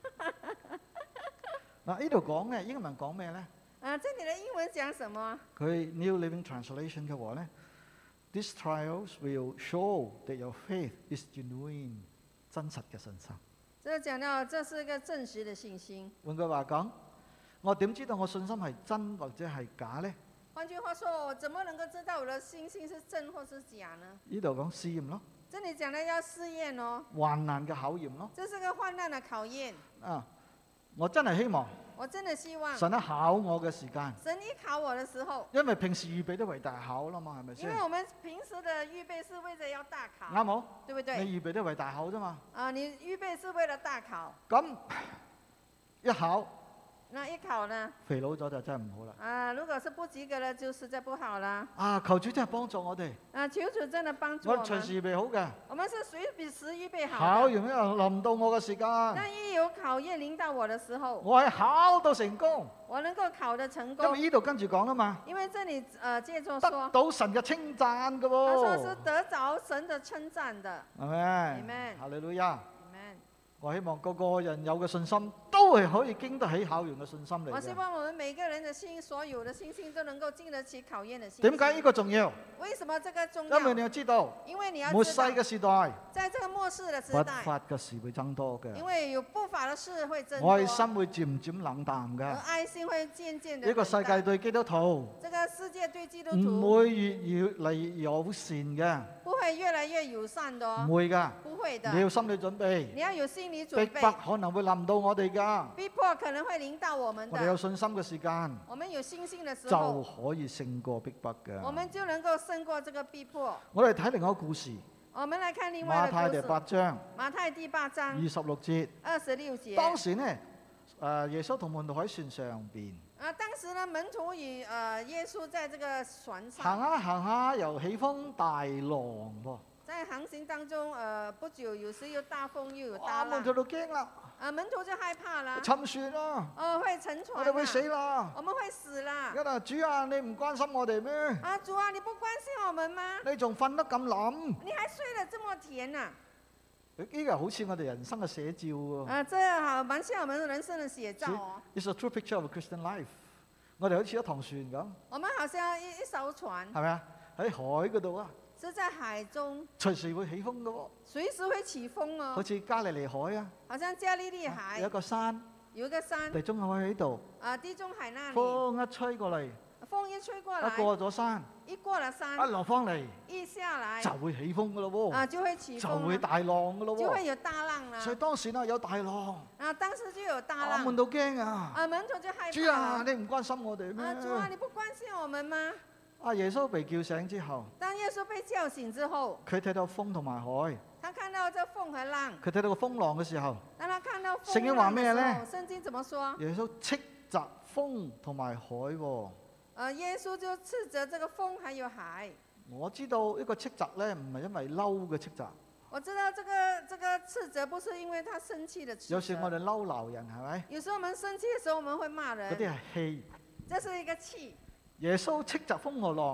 嗱，呢度講咧，英文講咩咧？ 啊，這裡的英文講什麼？ 佢 New Living Translation 嘅話咧 ，These trials will show that your faith is genuine， 真實嘅信心。 這講到這是一個真實嘅信心。 換句話講，我點知道我信心係真或者係假咧？ 換句話說，我怎麼能夠知道我的信心是真或是假呢？ 呢度講試驗咯。 這裡講的要試驗哦。 患難嘅考驗咯。 這是個患難的考驗。 啊，我真係希望。 我真的希望。 神一考我嘅時間。 神一考我的時候。 因為平時預備都為大考啦嘛，係咪先？ 因為我們平時的預備是為咗要大考。 啱冇？ 對不對？ 你預備都為大考啫嘛。 啊，你預備是為了大考。 咁一考。 那一考呢？ 肥佬咗就真係唔好啦。 啊，如果是不及格了，就實在不好啦。 啊，求主真係幫助我哋。 啊，求主真的幫助我們。 我隨時預備好嘅。 我們是隨時預備好。 考完之後臨到我嘅時間。 那一有考驗臨到我的時候。 我係考到成功。 我能夠考得成功。 因為呢度跟住講啦嘛。 因為這裡呃接着說。 得到神嘅稱讚嘅喎。 他說是得着神的稱讚的。 係咪 ？Amen。 哈利路亞。 Amen。 我希望個個人有嘅信心都係可以經得起考驗嘅信心嚟嘅。 我希望我們每個人的心，所有的信心都能夠經得起考驗的信心。 點解呢個重要？ 為什麼這個重要？ 因為你要知道， 因為你要知道末世嘅時代， 在這個末世的時代， 不法嘅事會增多嘅。 因為有不法的事會增多， 愛心會漸漸冷淡嘅。 而愛心會漸漸的。 呢個世界對基督徒， 這個世界對基督徒唔會越越嚟越友善嘅。 不會越來越友善的。 唔會㗎。 不會的。 你要心理準備。 你要有心理準備。 逼迫可能會臨到我哋㗎。 逼迫可能會臨到我們的。 我哋有信心嘅時間， 我們有信心的時候， 就可以勝過逼迫嘅。 我們就能夠勝過這個逼迫。 我哋睇另外一個故事。 我們來看另外一個故事。 馬太第八章。 馬太第八章。 二十六節。 二十六節。 當時呢，誒耶穌同門徒喺船上邊。 啊，當時呢，門徒與誒耶穌在這個船上。 行下行下，又起風大浪喎。 在航行當中，呃，不久有時有大風又有大浪。 門徒都驚啦。 啊，門徒就害怕啦。 沉船啦。 哦，會沉船。 我哋會死啦。 我們會死啦。 一啊，主啊，你唔關心我哋咩？ 啊，主啊，你不關心我們嗎？ 你仲瞓得咁冧？ 你還睡得這麼甜啊？ 呢個好似我哋人生嘅寫照喎。 啊，這好蠻像我們人生嘅寫照哦。 It's a true picture of a Christian life。我哋好似一趟船咁。 我們好像一一艘船。 係咪啊？喺海嗰度啊。 是在海中， 隨時會起風嘅喎。 隨時會起風哦。 好似加利利海啊。 好像加利利海。 有一個山。 有一個山。 地中海喺度。 啊，地中海那裡。 風一吹過嚟。 風一吹過來。 一過咗山。 一過了山。 一落翻嚟。 一下來。 就會起風嘅咯喎。 啊，就會起風。 就會大浪嘅咯喎。 就會有大浪啦。 所以當時呢有大浪。 啊，當時就有大浪。 我們都驚啊。 啊，門徒就害怕。 主啊，你唔關心我哋咩？ 啊，主啊，你不關心我們嗎？ 啊！耶穌被叫醒之後， 當耶穌被叫醒之後， 佢睇到風同埋海， 他看到這風和浪， 佢睇到個風浪嘅時候， 當他看到風聖經話咩咧？ 聖經怎麼說？ 耶穌斥責風同埋海喎。 啊，耶穌就斥責這個風還有海。 我知道一個斥責咧，唔係因為嬲嘅斥責。 我知道這個這個斥責不是因為他生氣的斥責。 有時我哋嬲鬧人係咪？ 有時候我們生氣嘅時候，我們會罵人。 嗰啲係氣。 這是一個氣。 耶穌斥責風和浪。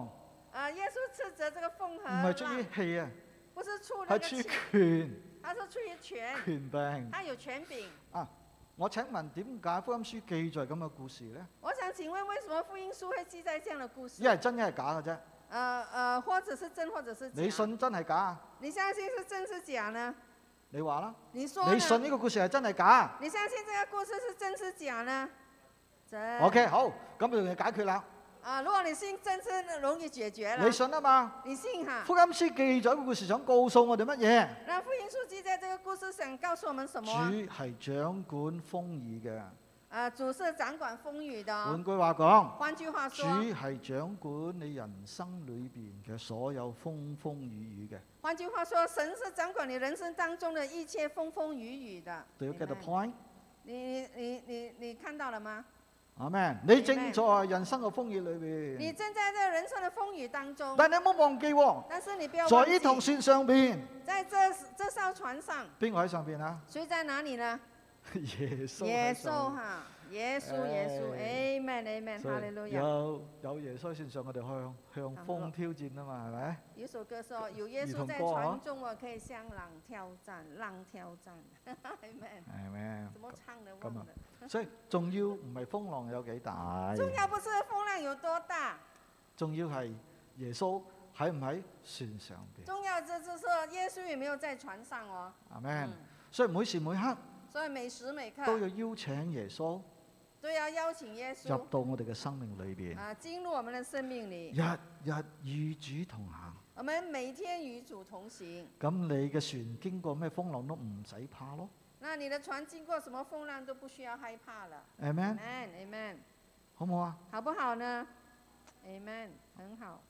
啊，耶穌斥責這個風和唔係出於浪， 氣啊， 不是出那個係出於氣， 權他是出於權， 權柄。 他有權柄。 啊，我請問點解福音書記載咁嘅故事咧？ 我想請問，為什麼福音書會記載這樣的故事？ 一係真一係假嘅啫。 呃呃，或者是真，或者是假。 你信真係假啊？ 你相信是真是假呢？ 你話啦。 你說呢？ 你信呢個故事係真係假你相信這個故事是真是假呢？真。 ？OK，好，咁就容易解決啦。 啊，如果你信真，是容易解決啦。 你信啊嘛？ 你信哈？ 福音書記載個故事想告訴我哋乜嘢？ 那福音書記載這個故事想告訴我們什麼？ 主係掌管風雨嘅。 啊，主是掌管風雨的。 換句話講， 換句話主說， 係掌管你人生裏邊嘅所有風風雨雨嘅。 換句話說，神是掌管你人生當中的一切風風雨雨的。 Do you get the Amen point？ 你你你你你看到了嗎？ 阿們，你正在人生嘅風雨裏邊， 你正在這人生的風雨當中。 但你唔好忘記喎， 但是你不要忘記， 在呢趟船上邊， 在這這艘船上， 邊個喺上邊啊？ 誰在哪裡呢？ 耶穌耶穌喺上邊。 哈，耶穌耶穌哎 ，Amen Amen， 所以哈利路亞。 有有耶穌線上，我哋向向風挑戰啊嘛，係咪？ 有首歌說，有耶穌在船中，我可以向浪挑戰，浪挑戰。Amen。 係咪？ 怎麼唱的？ 咁啊忘了。 所以重要唔係風浪有幾大， 重要不是風浪有多大， 重要係耶穌喺唔喺船上邊。 重要就是說耶穌有沒有在船上哦。 阿們嗯。 所以每時每刻所以每時每刻都要邀請耶穌都要邀請耶穌入到我哋嘅生命裏邊， 啊，進入我們的生命裡， 日日與主同行。 我們每天與主同行。 咁你嘅船經過咩風浪都唔使怕咯。 那你的船經過什麼風浪都不需要害怕了。 Amen， Amen Amen， 好唔好啊？ 好不好呢 ？Amen，很好。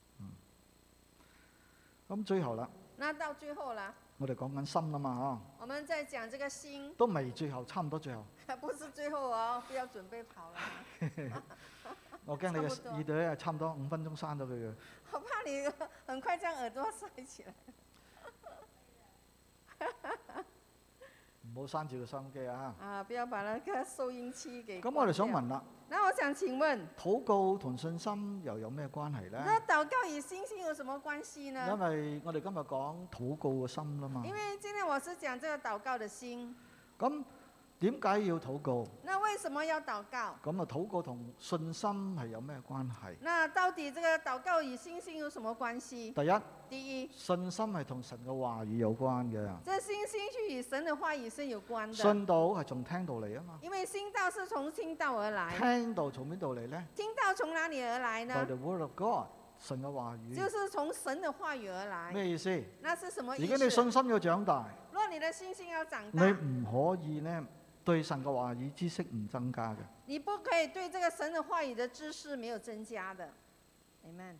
咁最後啦， 那到最後啦， 我哋講緊心啊嘛， 我們在講這個心嗬，，都未最後，差唔多最後。 不是最後哦，不要準備跑了。 我驚你嘅差不多耳朵咧，差唔多五分鐘閂咗佢嘅。 我怕你很快將耳朵塞起來。 唔好閂住個收音機啊！ 啊，不要把那個收音機給。 咁我哋想問啦， 那我想請問， 禱告同信心又有咩關係呢？ 那禱告與信心有什麼關係呢？ 因為我哋今日講禱告嘅心啦嘛。 因為今天我是講這個禱告的心。 咁點解要禱告？ 那為什麼要禱告？ 咁啊，禱告同信心係有咩關係？ 那到底這個禱告與信心有什麼關係？ 第一， 第一， 信心係同神嘅話語有關嘅。 這信心是與神的話語是有關的。 信道係從聽道嚟啊嘛。 因為信道是從聽道而來。 聽道從邊度嚟呢？ 聽道從哪裡而來呢 By the word of God，神嘅話語。 就是從神的話語而來。 咩意思？ 那是什麼意思？ 如果你信心要長大， 若你的信心要長你大， 唔可以呢對神嘅話語知識唔增加嘅。 你不可以對這個神的話語的知識沒有增加的。Amen。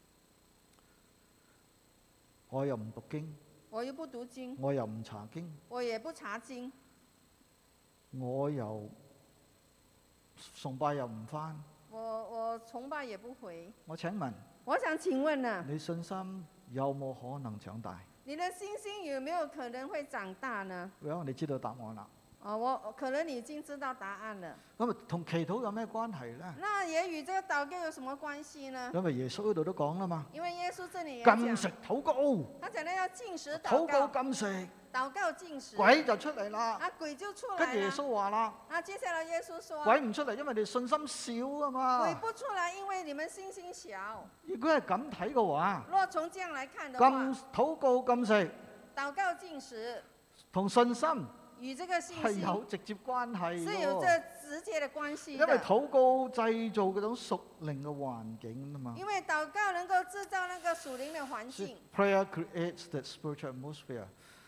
我又唔讀經， 我又不讀經， 我又唔查經， 我也不查經， 我又崇拜又唔返。 我我崇拜也不回。 我請問， 我想請問呢， 你信心有冇可能長大？ 你的信心有沒有可能會長大呢？ 如果你知道答案啦。 哦，我可能你已經知道答案了。 咁啊，同祈禱有咩關係呢？ 那也與這個禱告有什麼關係呢？ 因為耶穌嗰度都講啦嘛， 因為耶穌這裡也禁食講， 禱告， 他講到要禁食禱禱告告， 禁食， 禱告禁食， 鬼就出嚟啦。 啊鬼就出跟住耶來了。 穌話啦， 啊，接下來耶穌說， 鬼唔出嚟，因為你信心少啊嘛。 鬼不出來，因為你們信心小。 如果係咁睇嘅話， 若從這樣來看的禁話， 禱告禁食禱告禁食同信心與這個信係心有直接關係是有這嘅， 直接的關係因為的。 禱告製造嗰種屬靈嘅環境啊嘛。 因為禱告能夠製造那個屬靈的環境。 Prayer creates that spiritual atmosphere。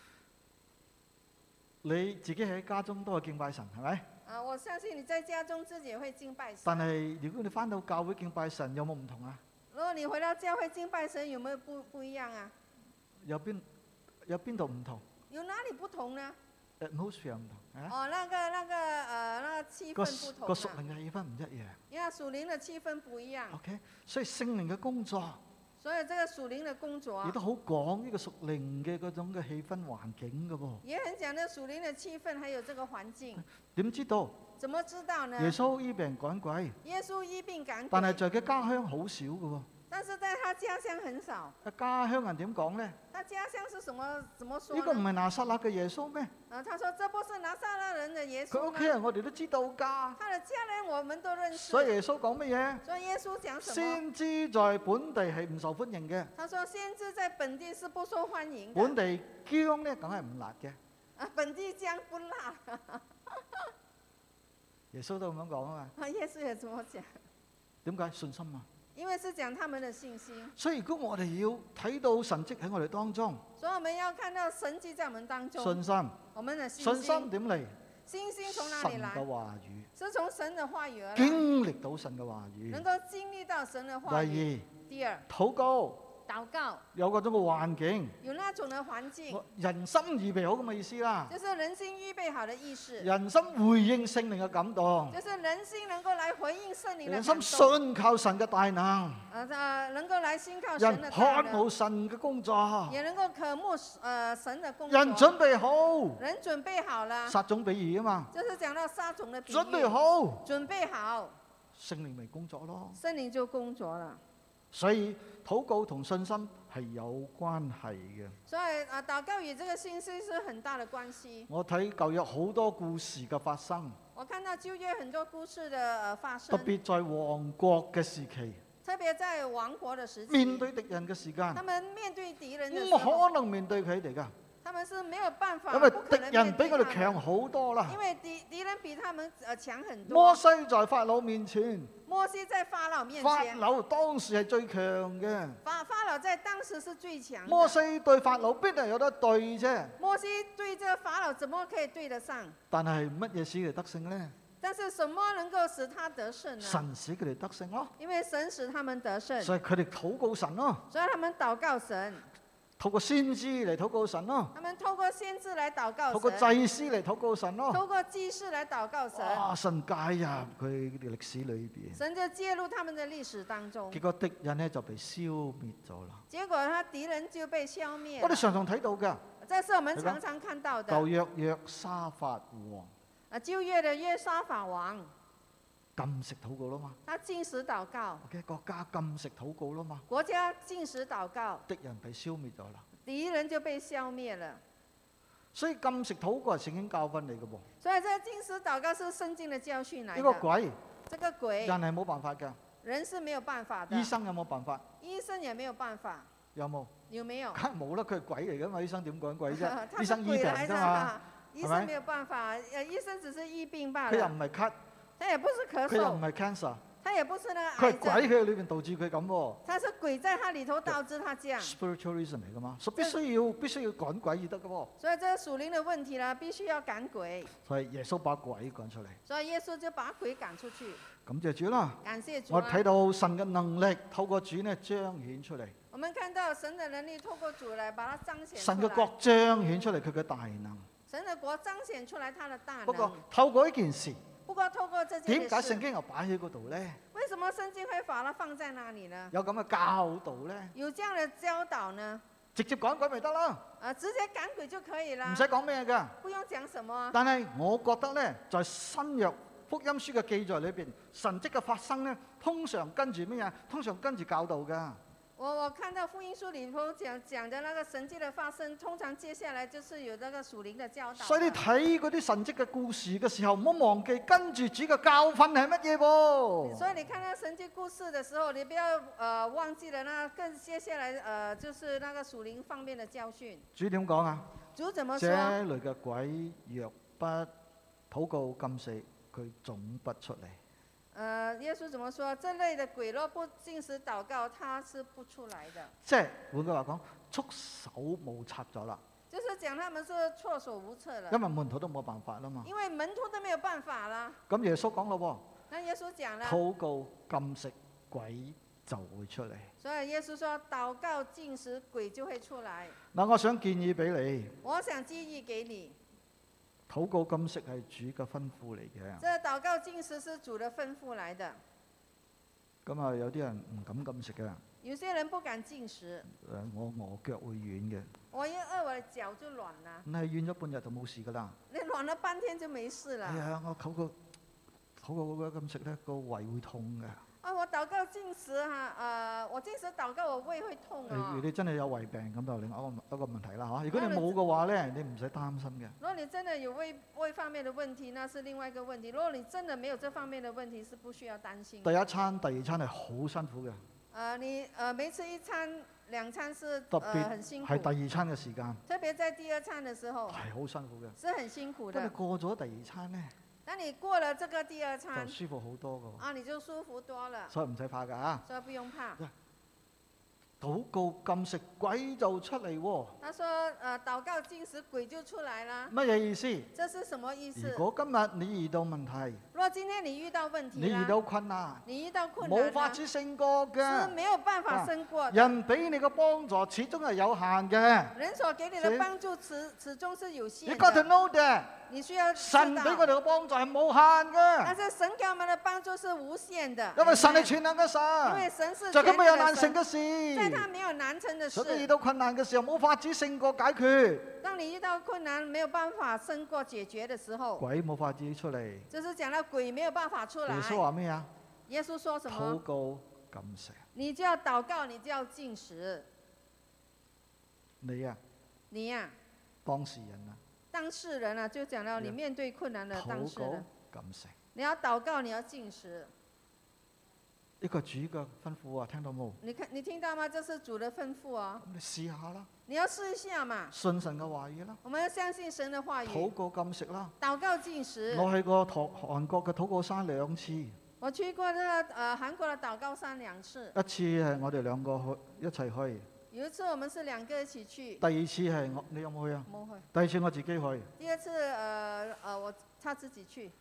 你自己喺家中都係敬拜神，係咪？ 啊，我相信你在家中自己也會敬拜神。 但係如果你翻到教會敬拜神，有冇唔同啊？ 如果你回到教會敬拜神，有沒有不不一樣啊？ 有邊有邊度唔同有哪裡不同呢？ ？atmosphere 唔同啊？ 哦，那個那個呃，那個氣個氛不同個屬啊。 靈嘅氣氛唔一樣。 因為屬靈的氣氛不一樣， OK，所以聖靈嘅工作所以這個屬靈的工作亦都好講呢個屬靈嘅嗰種嘅氣氛環境嘅噃。 也很講呢屬靈的氣氛，還有這個環境。 點知道？ 怎麼知道呢？ 耶穌醫病趕鬼， 耶穌醫病趕鬼， 但係在佢家鄉好少嘅喎。 但是在他家鄉很少。 家鄉人點講呢？ 他家鄉是什麼怎麼說呢個唔呢？ 係拿撒勒嘅耶穌咩？ 啊，他說這不是拿撒勒人的耶佢穌屋企人嗎？ 我哋都知道㗎。 他的家人我們都認識。 所以耶穌講乜嘢？ 所以耶穌講什麼？ 先知在本地係唔受歡迎嘅。 他說先知在本地是不受歡迎的。 本地薑咧，梗係唔辣嘅。 啊，本地薑不辣。 耶穌都咁樣講啊嘛。 啊，耶穌也這麼講。 點解？信心啊！ 因為是講他們的信心。 所以如果我哋要睇到神蹟喺我哋當中， 所以我們要看到神蹟在我們當中。 信心， 我們的信信心。 心點嚟？ 信心從哪裡來？ 神嘅話語， 是從神的話語而來。 經歷到神嘅話語。 能夠經歷到神的話語。 第第二， 二，禱告。 禱告有嗰種嘅環境， 有那種嘅環境， 人心預備好咁嘅意思啦。 就是人心預備好的意思。 人心回應聖靈嘅感動， 就是人心能夠來回應聖靈的感動。 人心信靠神嘅大能， 啊，能夠來信靠神人的大能。 渴慕神嘅工作， 也能夠渴慕呃神的工作。 人準備好， 人準備好了。 撒種比喻啊嘛， 就是講到撒種的比喻。 準備好， 準備好， 聖靈咪工作咯。 聖靈就工作了。 所以禱告同信心係有關係嘅。 所以啊，禱告與這個信心是很大的關係。 我睇舊約好多故事嘅發生， 我看到舊約很多故事的呃發生， 特別在亡國嘅時期， 特別在亡國的時期， 面對敵人嘅時間， 他們面對敵人的時唔候， 可能面對佢哋㗎， 他們是沒有辦法， 因為不可敵人比能面對他們我哋強好多啦。 因為敵敵人比他們呃強很多。 摩西在法老面前， 摩西在法老面法前， 老當時係最強嘅。 法法老在當時是最強的。 摩西對法老邊係有得對啫？ 摩西對這個法老怎麼可以對得上？ 但係乜嘢使佢哋得勝呢？ 但是什麼能夠使他得勝呢？ 神使佢哋得勝咯。 因為神使他們得勝， 所以佢哋禱告神咯， 所以他們禱告神， 透過先知嚟禱告神咯， 他們透過先知來禱告透過神， 祭司嚟禱告神咯。 透過祭司來禱告神， 哇！神介入佢哋歷史裏邊， 神就介入他們的歷史當中， 結果敵人呢就被消滅咗啦。 結果他敵人就被消滅了。 我哋常常睇到㗎， 這是我們常常看到的。 舊約約沙法王啊，舊約的約沙法王， 禁食禱告啦嘛， 他禁食禱告， 嘅國家禁食禱告啦嘛， 國家禁食禱告， 敵人被消滅咗啦。 敵人就被消滅了。 所以禁食禱告係聖經教訓嚟嘅噃。 所以這禁食禱告是聖經的教訓來的。 呢個鬼， 這個鬼， 人係冇辦法㗎。 人是沒有辦法的。 醫生有冇辦法？ 醫生也沒有辦法。 有冇？ 有沒有？ 梗係冇啦，佢係鬼嚟㗎嘛，醫生點講鬼啫？ 他醫生醫病啫嘛， 醫生沒有辦法，誒，醫生只是醫病罷了。 佢又唔係咳， 他也不是咳佢又唔嗽， 係 cancer， 他也不是那佢係個癌症， 鬼喺裏邊導致佢咁喎。 他是鬼在他裏頭導致他這樣。 spiritualism 嚟㗎嘛，所以必須要必須要趕鬼至得㗎喎。 所以這個屬靈的問題呢，必須要趕鬼。 所以耶穌把鬼趕出嚟， 所以耶穌就把鬼趕出去。 感謝主啦。 感謝主啊。 我睇到神嘅能力透過主呢彰顯出嚟， 我們看到神的能力透過主來把它彰顯出來。 神嘅國彰顯出嚟佢嘅大能。 神的國彰顯出來他的大能。 不過透過呢件事， 不過透過這件事， 點解聖經又擺喺嗰度呢？ 為什麼聖經會把它放在那裡呢？ 有咁嘅教導呢？ 有這樣的教導呢？ 直接趕鬼咪得啦， 啊，直接趕鬼就可以啦， 唔使講咩㗎。 不用講什麼。 但係我覺得呢，在新約福音書嘅記載裏邊，神蹟嘅發生呢，通常跟住咩嘢？通常跟住教導㗎。 我我看到福音書裡頭講講的那個神蹟的發生，通常接下來就是有那個屬靈的教導。 所以你睇嗰啲神蹟嘅故事嘅時候，唔好忘記跟住主嘅教訓係乜嘢噃。 所以你看到神蹟故事的時候，你不要呃忘記了那更接下來呃就是那個屬靈方面的教訓。 主點講啊？ 主怎麼說？ 這類嘅鬼若不禱告禁食，佢總不出嚟。 呃，耶穌怎麼說？這類的鬼若不禁食禱告，他是不出來的。 即係換句話講，束手無策咗啦。 就是講他們是措手無策了。 因為門徒都冇辦法啦嘛。 因為門徒都沒有辦法啦。 咁耶穌講咯喎。 那耶穌講啦。 禱告禁食，鬼就會出嚟。 所以耶穌說：禱告禁食，鬼就會出來。 嗱，我想建議俾你。 我想建議給你。 禱告禁食係主嘅吩咐嚟嘅。 這禱告禁食是主的吩咐來的。 咁啊，有啲人唔敢禁食嘅。 有些人不敢禁食。 誒，我我腳會軟嘅。 我一餓，我腳就軟啦。 咁係軟咗半日就冇事噶啦。 你軟咗半天就沒事啦。 係啊，我禱告禱告嗰個禁食咧，個胃會痛嘅。 啊，我禱禱告禁食哈，誒，我禁食禱告我胃會痛如啊。 你真係有胃病咁就另外一個一個問題啦嚇。如果你冇嘅話咧，你唔使擔心嘅。 如果你真的有胃胃方面的問題，那是另外一個問題。如果你真的沒有這方面的問題，是不需要擔心。 第一餐、第二餐係好辛苦嘅。 誒，你誒每吃一餐、兩餐是特誒很辛苦。 別係第二餐嘅時間。 特別在第二餐的時候。 係好辛苦嘅。 是很辛苦的。 當你過咗第二餐咧， 當你過了這個第二餐， 就舒服好多㗎。 啊，你就舒服多了。 所以唔使怕㗎嚇。 所以不用怕。 禱告禁食，鬼就出嚟喎。 他說：呃，禱告禁食，鬼就出來了。 乜嘢意思？ 這是什麼意思？ 如果今日你遇到問題， 如果今天你遇到問題， 你遇到困難， 你遇到困難， 冇法子勝過嘅， 是沒有辦法勝過的。 人俾你嘅幫助始終係有限嘅。 人所給你的幫助始始終是有限的。 You got to know that。 你需要神俾我哋嘅幫助係無限嘅。 但是神給我們的幫助是無限的。 因為神係全能嘅神。 因為神是在佢沒有難成嘅事。 在他沒有難成的事。 所以遇到困難嘅時候冇法子勝過解決。 當你遇到困難沒有辦法勝過解決的時候， 鬼冇法子出嚟。 就是講到鬼沒有辦法出來。 耶穌話咩啊？ 耶穌說什麼？ 禱告禁食。 你就要禱告，你就要禁食。 你啊？ 你呀、啊？ 當事人啊？ 當事人啊，就講到你面對困難的當事人。 禱告禁食。 你要禱告，你要禁食。 呢個主嘅吩咐啊，聽到冇？ 你看，你聽到嗎？這是主的吩咐啊。 咁你試下啦。 你要試一下嘛。 信神嘅話語啦。 我們要相信神的話語。 禱告禁食啦。 禱告禁食。 我去過韓韓國嘅禱告山兩次。 我去過呢、這個呃韓國嘅禱告山兩次。 一次係我哋兩個去一齊去。 有一次我們是兩個一起去。 第二次係我，你有冇去啊？ 冇去。 第二次我自己去。 第二次，呃呃，我他自己去。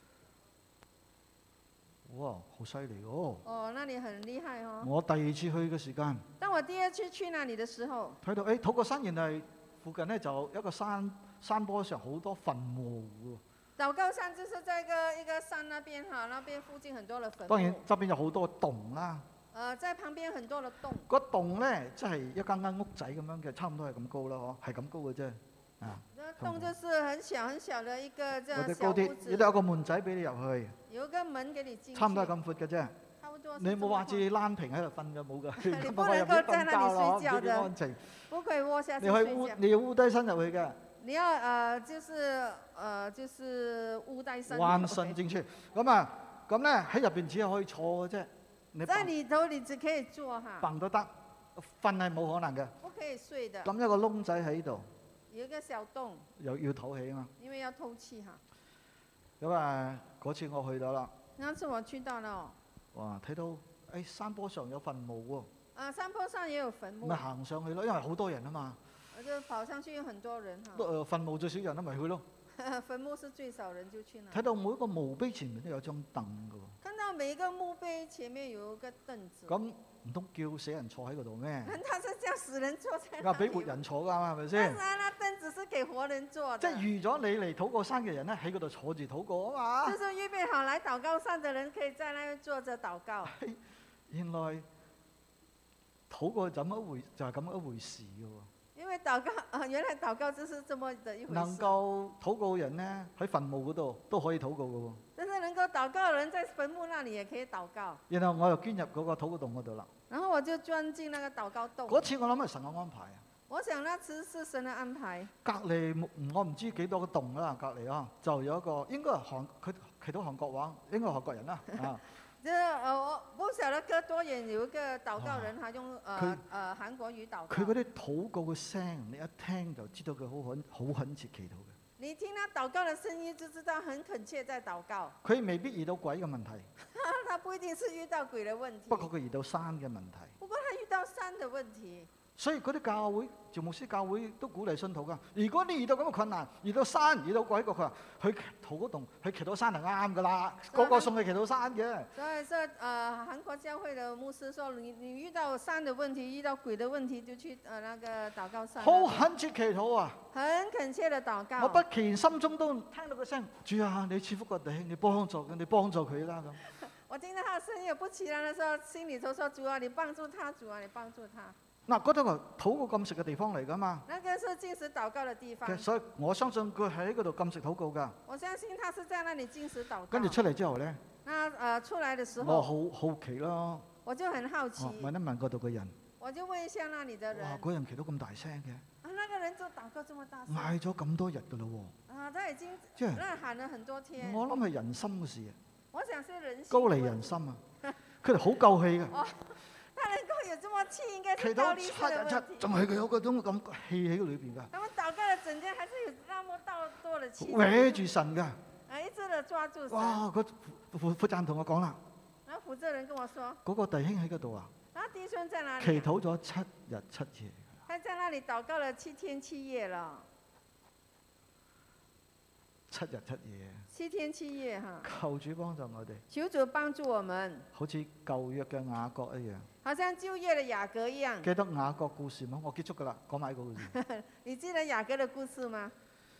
哇，好犀利哦！ 哦，那你很厲害哦。 我第二次去嘅時間。 當我第二次去那裡的時候。 睇到誒，禱告山原來附近咧就一個山山坡上好多墳墓喎。 禱告山就是在一個一個山那邊哈，那邊附近很多的墳墓。 當然側邊有好多洞啦。 呃，在旁邊很多的洞。 個洞咧，即係一間間屋仔咁樣嘅，差唔多係咁高啦，嗬，係咁高嘅啫。啊。 洞就是很小很小的一個這樣小屋子。 亦都有個門仔俾你入去。 有個門給你進去。 差唔多係咁闊嘅啫。 差不多。 你冇話至攬平喺度瞓嘅冇㗎。 你不能夠在那裡睡覺的。 安靜。 不可以窩下去睡覺。你去烏，你要烏低身入去嘅。 你要呃，就是呃，就是烏低身。 還神正處。咁啊，咁咧喺入邊只係可以坐嘅啫。 在裡頭你只可以坐哈。 瞓都得，瞓係冇可能嘅。 不可以睡的。 咁一個窿仔喺度。 有一個小洞。 又要透氣啊嘛。 因為要透氣哈。 咁啊，嗰次我去到啦。 那次我去到了。 哇！睇到誒山坡上有墳墓喎。 啊，山坡上也有墳墓。 咪行上去咯，因為好多人啊嘛。 我就跑上去有很多人哈。 誒墳墓最少人都咪去咯。 墳墓是最少人就去那。 睇到每一個墓碑前面都有張凳㗎喎。 看到每一個墓碑前面有一個凳子。 咁唔通叫死人坐喺嗰度咩？ 難道是叫死人坐在那裡？ 啊，俾活人坐㗎嘛，係咪先？ 當然啦，凳子是給活人坐的。 即係預咗你嚟禱告山嘅人咧，喺嗰度坐住禱告啊嘛。 就是預備好來禱告山嘅人，可以在那邊坐着禱告。 原來禱告就咁一回，就係咁一回事㗎喎。 因為禱告啊，原來禱告就是這麼的一回事。 能夠禱告人咧，喺墳墓嗰度都可以禱告㗎喎。 但是能夠禱告嘅人，在墳墓那裡也可以禱告。 然後我又捐入嗰個禱告洞嗰度啦。 然後我就鑽進那個禱告洞。 嗰次我諗係神嘅安排啊。 我想那次是神嘅安排。 隔離我唔知幾多個洞啦，隔離啊，就有一個應該係韓佢祈禱韓國話，應該係韓國人啦啊。 即係誒，我不曉得隔多遠有一個禱告人，他用誒誒韓國語禱告。 佢嗰啲禱告嘅聲，你一聽就知道佢好懇好懇切祈禱嘅。 你聽他禱告嘅聲音，就知道很懇切在禱告。 佢未必遇到鬼嘅問題。 他不一定是遇到鬼嘅問題。 不過佢遇到山嘅問題。 不過他遇到山嘅問題。 所以嗰啲教會，趙牧師教會都鼓勵信徒噶。如果你遇到咁嘅困難，遇到山，遇到鬼，佢話去禱嗰洞，去祈禱山係啱噶啦，個個送去祈禱山嘅。 所以說，誒、呃，韓國教會嘅牧師說，你你遇到山嘅問題，遇到鬼嘅問題，就去誒、呃、那個禱告山。 好懇切祈禱啊！ 很懇切的禱告。 我不期然心中都聽到個聲，主啊，你賜福個弟兄，你幫助佢，你幫助佢啦咁。 我聽到他嘅聲音，不期然嘅時候，心裏頭說：主啊，你幫助他，主啊，你幫助他。 嗱，嗰度係禱告禁食嘅地方嚟㗎嘛？ 那個是禁食禱告嘅地方。 所以我相信佢喺嗰度禁食禱告㗎。 我相信他是在那裡禁食禱告。 跟住出嚟之後咧， 那誒、呃、出來嘅時候， 我好好奇咯。 我就很好奇， 哦問一問嗰度嘅人， 我就問一下那裡的人， 哇！嗰人祈禱咁大聲嘅， 啊，那個人就禱告這麼大聲， 嗌咗咁多日㗎咯喎。 啊，他已經即係那喊了很多天。 我諗係人心嘅事啊， 我想是人性高離人心啊，佢哋好夠氣嘅。 哦，他能夠有這麼氣，應該祈是高禱力士的七日七， 問題。 仲係佢有嗰種咁氣喺裏邊㗎， 他們禱告了整天，還是有那麼大多的氣。 搲住神㗎。 啊，一直的抓住神。 哇！個負負責人同我講啦， 然後負責人跟我說， 嗰個弟兄喺嗰度啊， 然後弟兄在哪裡？ 祈禱咗七日七夜。 他在那裡禱告了七天七夜了。 七日七夜。 七天七夜哈。 求主幫助我哋。 求主幫助我們。 好似舊約嘅雅各一樣。 好像舊約的雅各一樣。 記得雅各故事嗎？我結束㗎啦，講埋個故事。 你記得雅各的故事嗎？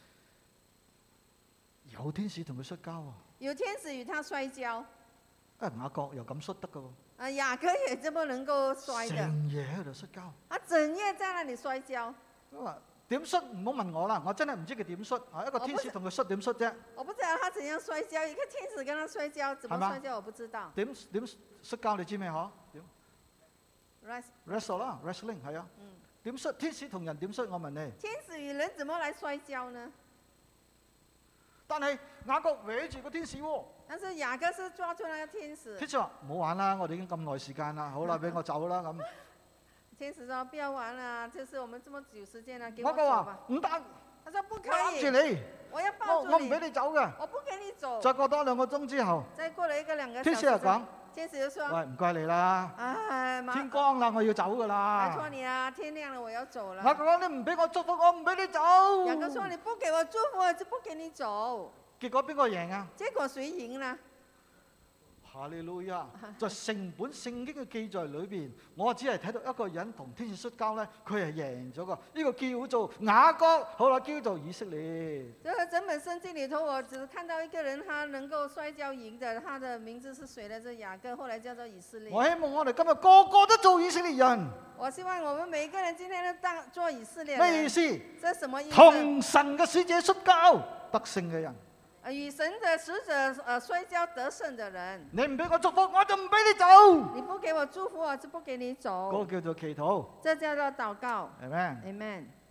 有天使同佢摔跤喎。 有天使與他摔跤。 啊，雅各又咁摔得㗎喎。 啊，雅各也這麼能夠摔的。 成夜喺度摔跤。 啊，整夜在那裡摔跤。 我話點摔唔好問我啦，我真係唔知佢點摔。啊，一個天使同佢摔點摔啫。 我不知道他怎樣摔跤，一個天使跟他摔跤，怎麼摔跤我不知道。 點點摔跤你知咩嗬？點 ？wrestle 啦 ，wrestling 係啊。 嗯。 點摔？天使同人點摔？我問你。 天使與人怎麼來摔跤呢？ 但係雅各搲住個天使喎。 但是雅各是抓住那個天使。 天使話：唔好玩啦，我哋已經咁耐時間啦，好啦，俾我走啦咁。 天使說：不要玩啦，就是我們這麼久時間啦，給我走吧。 雅各話：唔得。 他說：不可以。 我攬住你。 我要抱住你。 我唔俾你走嘅。 我不給你走。 再過多兩個鐘之後。 再過了一個兩個小時。 天使又講： 天使就說： 喂，唔該你啦。 唉， 天光啦，我要走噶啦。 拜託你啦，天亮了，我要走了。 雅各講：你唔俾我祝福，我唔俾你走。 雅各說：你不給我祝福，我就不給你走。 結果邊個贏啊？ 結果誰贏呢？ 哈利路亞！在成本聖經嘅記載裏邊，我只係睇到一個人同天使摔跤咧，佢係贏咗個。呢個叫做雅各，後來叫做以色列。 就是整本聖經裡頭，我只看到一個人，他能夠摔跤贏的，他的名字是誰呢？這雅各，後來叫做以色列。 我希望我哋今日個個都做以色列人。 我希望我們每一個人今天都當做以色列人。 咩意思？ 這什麼意思？ 同神嘅使者摔跤得勝嘅人。 與神的使者呃摔跤得勝的人。 你唔俾我祝福，我就唔俾你走。 你不給我祝福，我就不給你走。 嗰個叫做祈禱。 這叫做禱告。 Amen。 Amen。